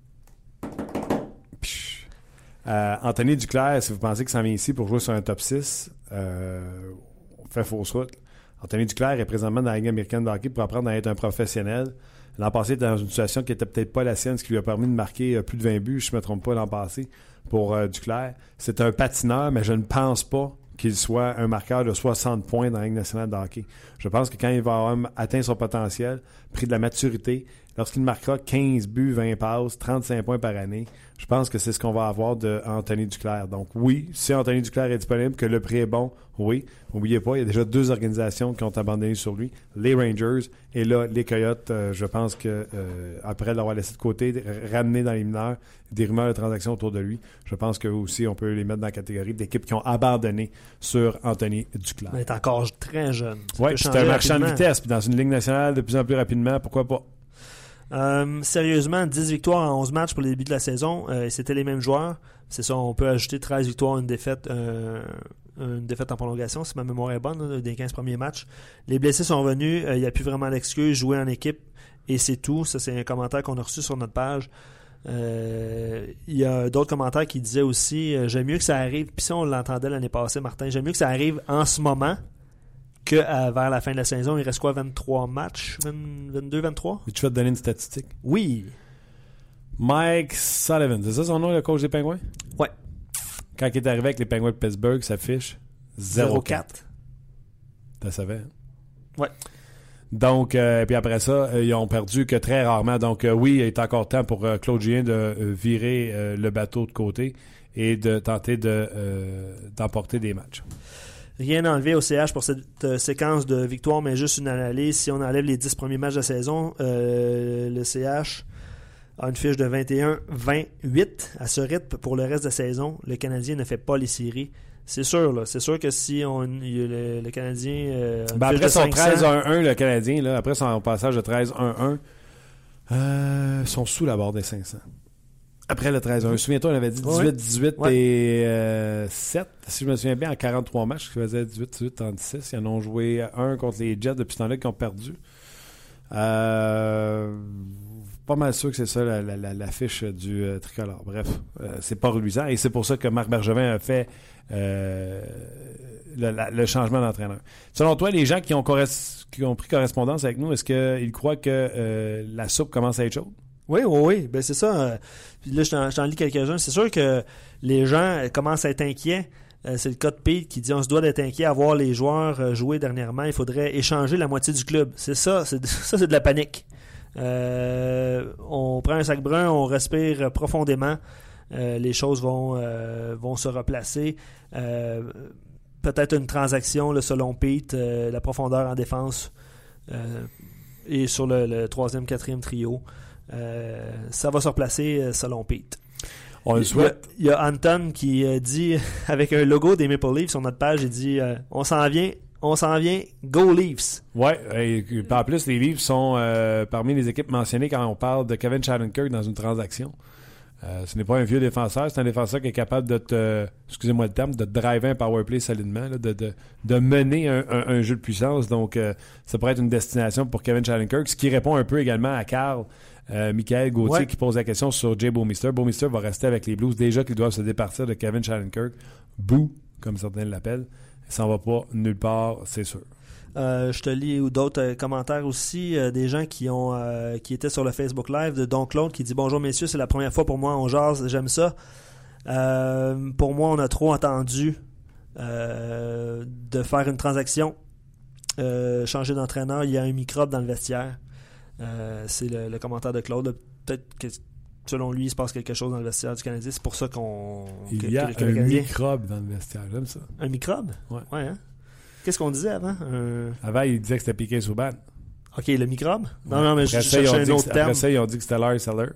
Euh, Anthony Duclair, si vous pensez qu'il s'en vient ici pour jouer sur un top six, euh, on fait fausse route. Anthony Duclair est présentement dans la Ligue américaine de hockey pour apprendre à être un professionnel. L'an passé, il était dans une situation qui n'était peut-être pas la sienne, ce qui lui a permis de marquer euh, plus de vingt buts, je ne me trompe pas, l'an passé, pour euh, Duclair. C'est un patineur, mais je ne pense pas qu'il soit un marqueur de soixante points dans la Ligue nationale de hockey. Je pense que quand il va avoir atteint son potentiel, pris de la maturité, lorsqu'il marquera quinze buts, vingt passes, trente-cinq points par année, je pense que c'est ce qu'on va avoir de Anthony Duclair. Donc oui, si Anthony Duclair est disponible, que le prix est bon, oui. N'oubliez pas, il y a déjà deux organisations qui ont abandonné sur lui, les Rangers et là, les Coyotes. Euh, je pense que euh, après l'avoir laissé de côté, ramené dans les mineurs, des rumeurs de transactions autour de lui, je pense que aussi on peut les mettre dans la catégorie d'équipes qui ont abandonné sur Anthony Duclair. Il est encore très jeune. Oui, c'est un marchand de vitesse, puis dans une ligue nationale de plus en plus rapidement, pourquoi pas? Euh, sérieusement, dix victoires en onze matchs pour le début de la saison. Euh, c'était les mêmes joueurs. C'est ça, on peut ajouter treize victoires, une défaite, euh, une défaite en prolongation, si ma mémoire est bonne, là, des quinze premiers matchs. Les blessés sont revenus. Il euh, n'y a plus vraiment d'excuses. Jouer en équipe, et c'est tout. Ça, c'est un commentaire qu'on a reçu sur notre page. Il euh, y a d'autres commentaires qui disaient aussi euh, j'aime mieux que ça arrive. Puis ça, on l'entendait l'année passée, Martin. J'aime mieux que ça arrive en ce moment que à, vers la fin de la saison. Il reste quoi, vingt-trois matchs? vingt, vingt-deux, vingt-trois? Et tu vas te donner une statistique? Oui. Mike Sullivan, c'est ça son nom, le coach des Pingouins? Ouais. Quand il est arrivé avec les Pingouins de Pittsburgh, ça fiche zéro quatre. Tu savais, hein? Ouais. Donc, euh, puis après ça, euh, ils ont perdu que très rarement. Donc, euh, oui, il est encore temps pour euh, Claude Julien de euh, virer euh, le bateau de côté et de tenter de, euh, d'emporter des matchs. Rien à enlever au C H pour cette euh, séquence de victoires, mais juste une analyse. Si on enlève les dix premiers matchs de la saison, euh, le C H a une fiche de vingt et un vingt-huit à ce rythme. Pour le reste de la saison, le Canadien ne fait pas les séries. C'est sûr, là. C'est sûr que si on, y a le, le Canadien... Euh, ben après son treize un un, le Canadien, là, après son passage de treize un un, euh, sont sous la barre des cinq cents. Après le treize un un. Souviens-toi, on avait dit dix-huit dix-huit ouais. et euh, sept, si je me souviens bien, en quarante-trois matchs, qui faisaient dix-huit dix-huit trente-six. Ils en ont joué un contre les Jets depuis ce temps-là qui ont perdu. Euh... Pas mal sûr que c'est ça la, la, la, la fiche du euh, tricolore. Bref, euh, c'est pas reluisant et c'est pour ça que Marc Bergevin a fait euh, le, la, le changement d'entraîneur. Selon toi, les gens qui ont, corres- qui ont pris correspondance avec nous, est-ce qu'ils croient que euh, la soupe commence à être chaude? Oui, oui, oui. Ben, c'est ça. Puis là, je t'en, je t'en lis quelques-uns. C'est sûr que les gens commencent à être inquiets. Euh, c'est le cas de Pete qui dit on se doit d'être inquiet à voir les joueurs jouer dernièrement. Il faudrait échanger la moitié du club. C'est ça. C'est, ça, c'est de la panique. Euh, on prend un sac brun, on respire profondément, euh, les choses vont, euh, vont se replacer. Euh, peut-être une transaction, là, selon Pete, euh, la profondeur en défense euh, et sur le, le troisième, quatrième trio. Euh, ça va se replacer selon Pete. On le souhaite. Il y a, il y a Anton qui euh, dit, avec un logo des Maple Leafs sur notre page, il dit euh, on s'en vient. On s'en vient, go Leafs! Ouais, et en plus, les Leafs sont euh, parmi les équipes mentionnées quand on parle de Kevin Shattenkirk dans une transaction. Euh, ce n'est pas un vieux défenseur, c'est un défenseur qui est capable de te, excusez-moi le terme, de te driver un powerplay solidement, là, de, de, de mener un, un, un jeu de puissance. Donc, euh, ça pourrait être une destination pour Kevin Shattenkirk, ce qui répond un peu également à Carl euh, Michael Gauthier ouais. qui pose la question sur Jay Bouwmeester. Bouwmeester va rester avec les Blues déjà qu'ils doivent se départir de Kevin Shattenkirk. Boo, comme certains l'appellent. Ça ne va pas nulle part, c'est sûr. Euh, je te lis ou d'autres euh, commentaires aussi, euh, des gens qui ont euh, qui étaient sur le Facebook Live de Don Claude qui dit « Bonjour messieurs, c'est la première fois pour moi, on jase, j'aime ça. Euh, pour moi, on a trop entendu euh, de faire une transaction, euh, changer d'entraîneur, il y a un microbe dans le vestiaire. Euh, » C'est le, le commentaire de Claude. Peut-être que selon lui, il se passe quelque chose dans le vestiaire du Canadien. C'est pour ça qu'on... Il que, y a que, que un le Canadien... microbe dans le vestiaire, j'aime ça. Un microbe? Ouais. Ouais, hein? Qu'est-ce qu'on disait avant? Un... Avant, il disait que c'était Piquet Souban. OK, le microbe? Non, ouais. non, mais après je cherchais un autre que, terme. Après ça, ils ont dit que c'était Larry Seller.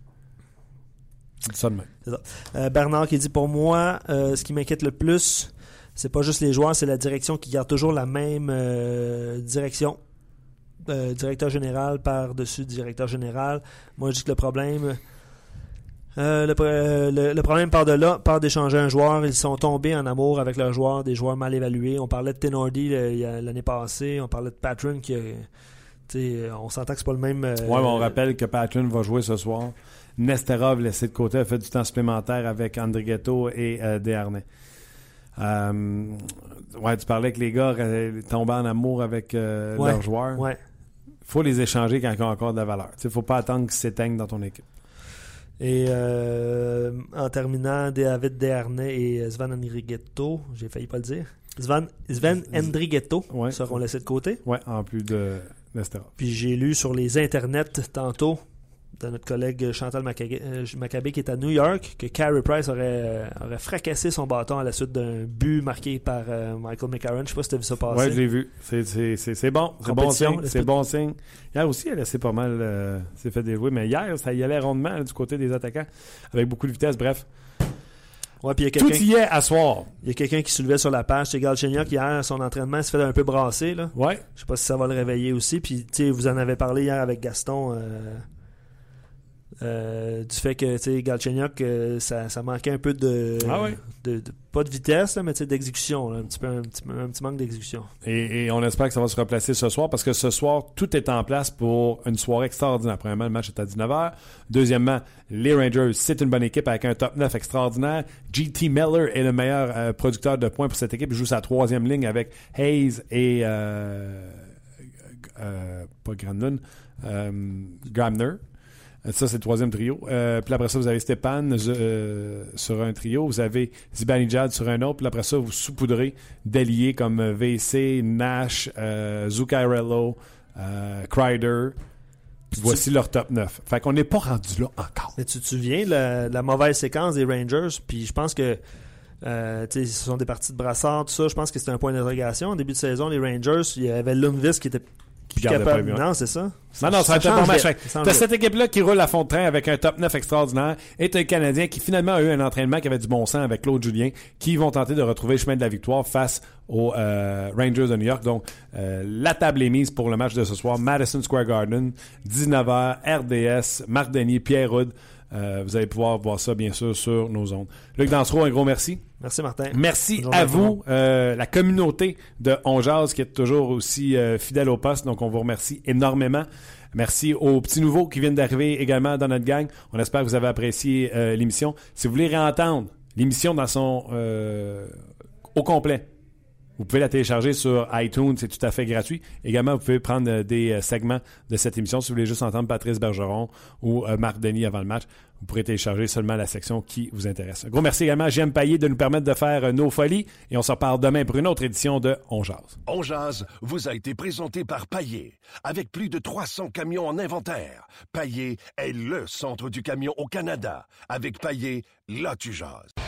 C'est ça de même. C'est ça. Euh, Bernard qui dit, pour moi, euh, ce qui m'inquiète le plus, c'est pas juste les joueurs, c'est la direction qui garde toujours la même euh, direction. Euh, directeur général par-dessus directeur général. Moi, je dis que le problème... Euh, le, euh, le, le problème part de là, part d'échanger un joueur. Ils sont tombés en amour avec leurs joueurs, des joueurs mal évalués. On parlait de Tenordi euh, l'année passée, on parlait de Patron qui, euh, on s'entend que c'est pas le même. Euh, oui, mais on rappelle que Patron va jouer ce soir. Nesterov, laissé de côté, a fait du temps supplémentaire avec Andrighetto et euh, Desharnais. Euh, ouais, tu parlais que les gars euh, tombaient en amour avec euh, ouais, leurs joueurs. Il ouais. faut les échanger quand ils ont encore de la valeur. Il ne faut pas attendre qu'ils s'éteignent dans ton équipe. Et euh, en terminant, David Desharnais et Sven Andrighetto, j'ai failli pas le dire. Sven, Sven Andrighetto ouais. seront laissés de côté. Oui, en plus de Nesterov. Puis j'ai lu sur les internets tantôt de notre collègue Chantal Maccabé qui est à New York que Carey Price aurait, euh, aurait fracassé son bâton à la suite d'un but marqué par euh, Michael McCarron. Je ne sais pas si tu as vu ça passer. Oui, je l'ai vu. C'est, c'est, c'est, c'est bon. C'est bon signe. C'est bon signe. Hier aussi, elle a laissé pas mal euh, s'est fait déjouer, mais hier, ça y allait rondement là, du côté des attaquants avec beaucoup de vitesse. Bref. Ouais, puis il y a quelqu'un, tout y est à soir. Il y a quelqu'un qui soulevait sur la page, c'est Galchenyuk, hier, son entraînement s'est fait un peu brasser. Là. Ouais. Je sais pas si ça va le réveiller aussi. Puis, tu sais, vous en avez parlé hier avec Gaston. Euh... Euh, du fait que tu sais Galchenyuk euh, ça, ça manquait un peu de, ah ouais. de, de pas de vitesse là, mais tu sais d'exécution là, un petit peu un petit, un petit manque d'exécution et, et on espère que ça va se replacer ce soir parce que ce soir tout est en place pour une soirée extraordinaire. Premièrement, le match est à dix-neuf heures. Deuxièmement, les Rangers, c'est une bonne équipe avec un top neuf extraordinaire. J T Miller est le meilleur euh, producteur de points pour cette équipe. Il joue sa troisième ligne avec Hayes et euh, euh, pas Granlund euh, Grabner. Ça, c'est le troisième trio. Euh, puis après ça, vous avez Stepan euh, sur un trio. Vous avez Zibanejad sur un autre. Puis après ça, vous saupoudrez d'alliés comme V C, Nash, euh, Zuccarello, euh, Kreider. Voici tu... leur top neuf. Fait qu'on n'est pas rendu là encore. Mais tu te souviens de la, la mauvaise séquence des Rangers? Puis je pense que euh, ce sont des parties de brassard, tout ça. Je pense que c'était un point d'interrogation. Au début de saison, les Rangers, il y avait Lundqvist qui était qui gardait pas capable. bien. Non, c'est ça. Non, non, ça va être un bon match. Tu as cette équipe-là qui roule à fond de train avec un top neuf extraordinaire et tu as le Canadien qui finalement a eu un entraînement qui avait du bon sens avec Claude Julien qui vont tenter de retrouver le chemin de la victoire face aux euh, Rangers de New York. Donc, euh, la table est mise pour le match de ce soir. Madison Square Garden, dix-neuf heures, R D S, Marc Denis, Pierre Houd. Euh, vous allez pouvoir voir ça, bien sûr, sur nos ondes. Luc Dansereau, un gros merci. Merci, Martin. Merci à vous, euh, la communauté de On Jase qui est toujours aussi euh, fidèle au poste. Donc, on vous remercie énormément. Merci aux petits nouveaux qui viennent d'arriver également dans notre gang. On espère que vous avez apprécié euh, l'émission. Si vous voulez réentendre l'émission dans son euh, au complet, vous pouvez la télécharger sur iTunes, c'est tout à fait gratuit. Également, vous pouvez prendre euh, des euh, segments de cette émission. Si vous voulez juste entendre Patrice Bergeron ou euh, Marc Denis avant le match, vous pourrez télécharger seulement la section qui vous intéresse. Un gros merci également à J M Payet de nous permettre de faire euh, nos folies. Et on se reparle demain pour une autre édition de On Jase. On Jase vous a été présenté par Payet. Avec plus de trois cents camions en inventaire, Payet est le centre du camion au Canada. Avec Payet, là tu jases.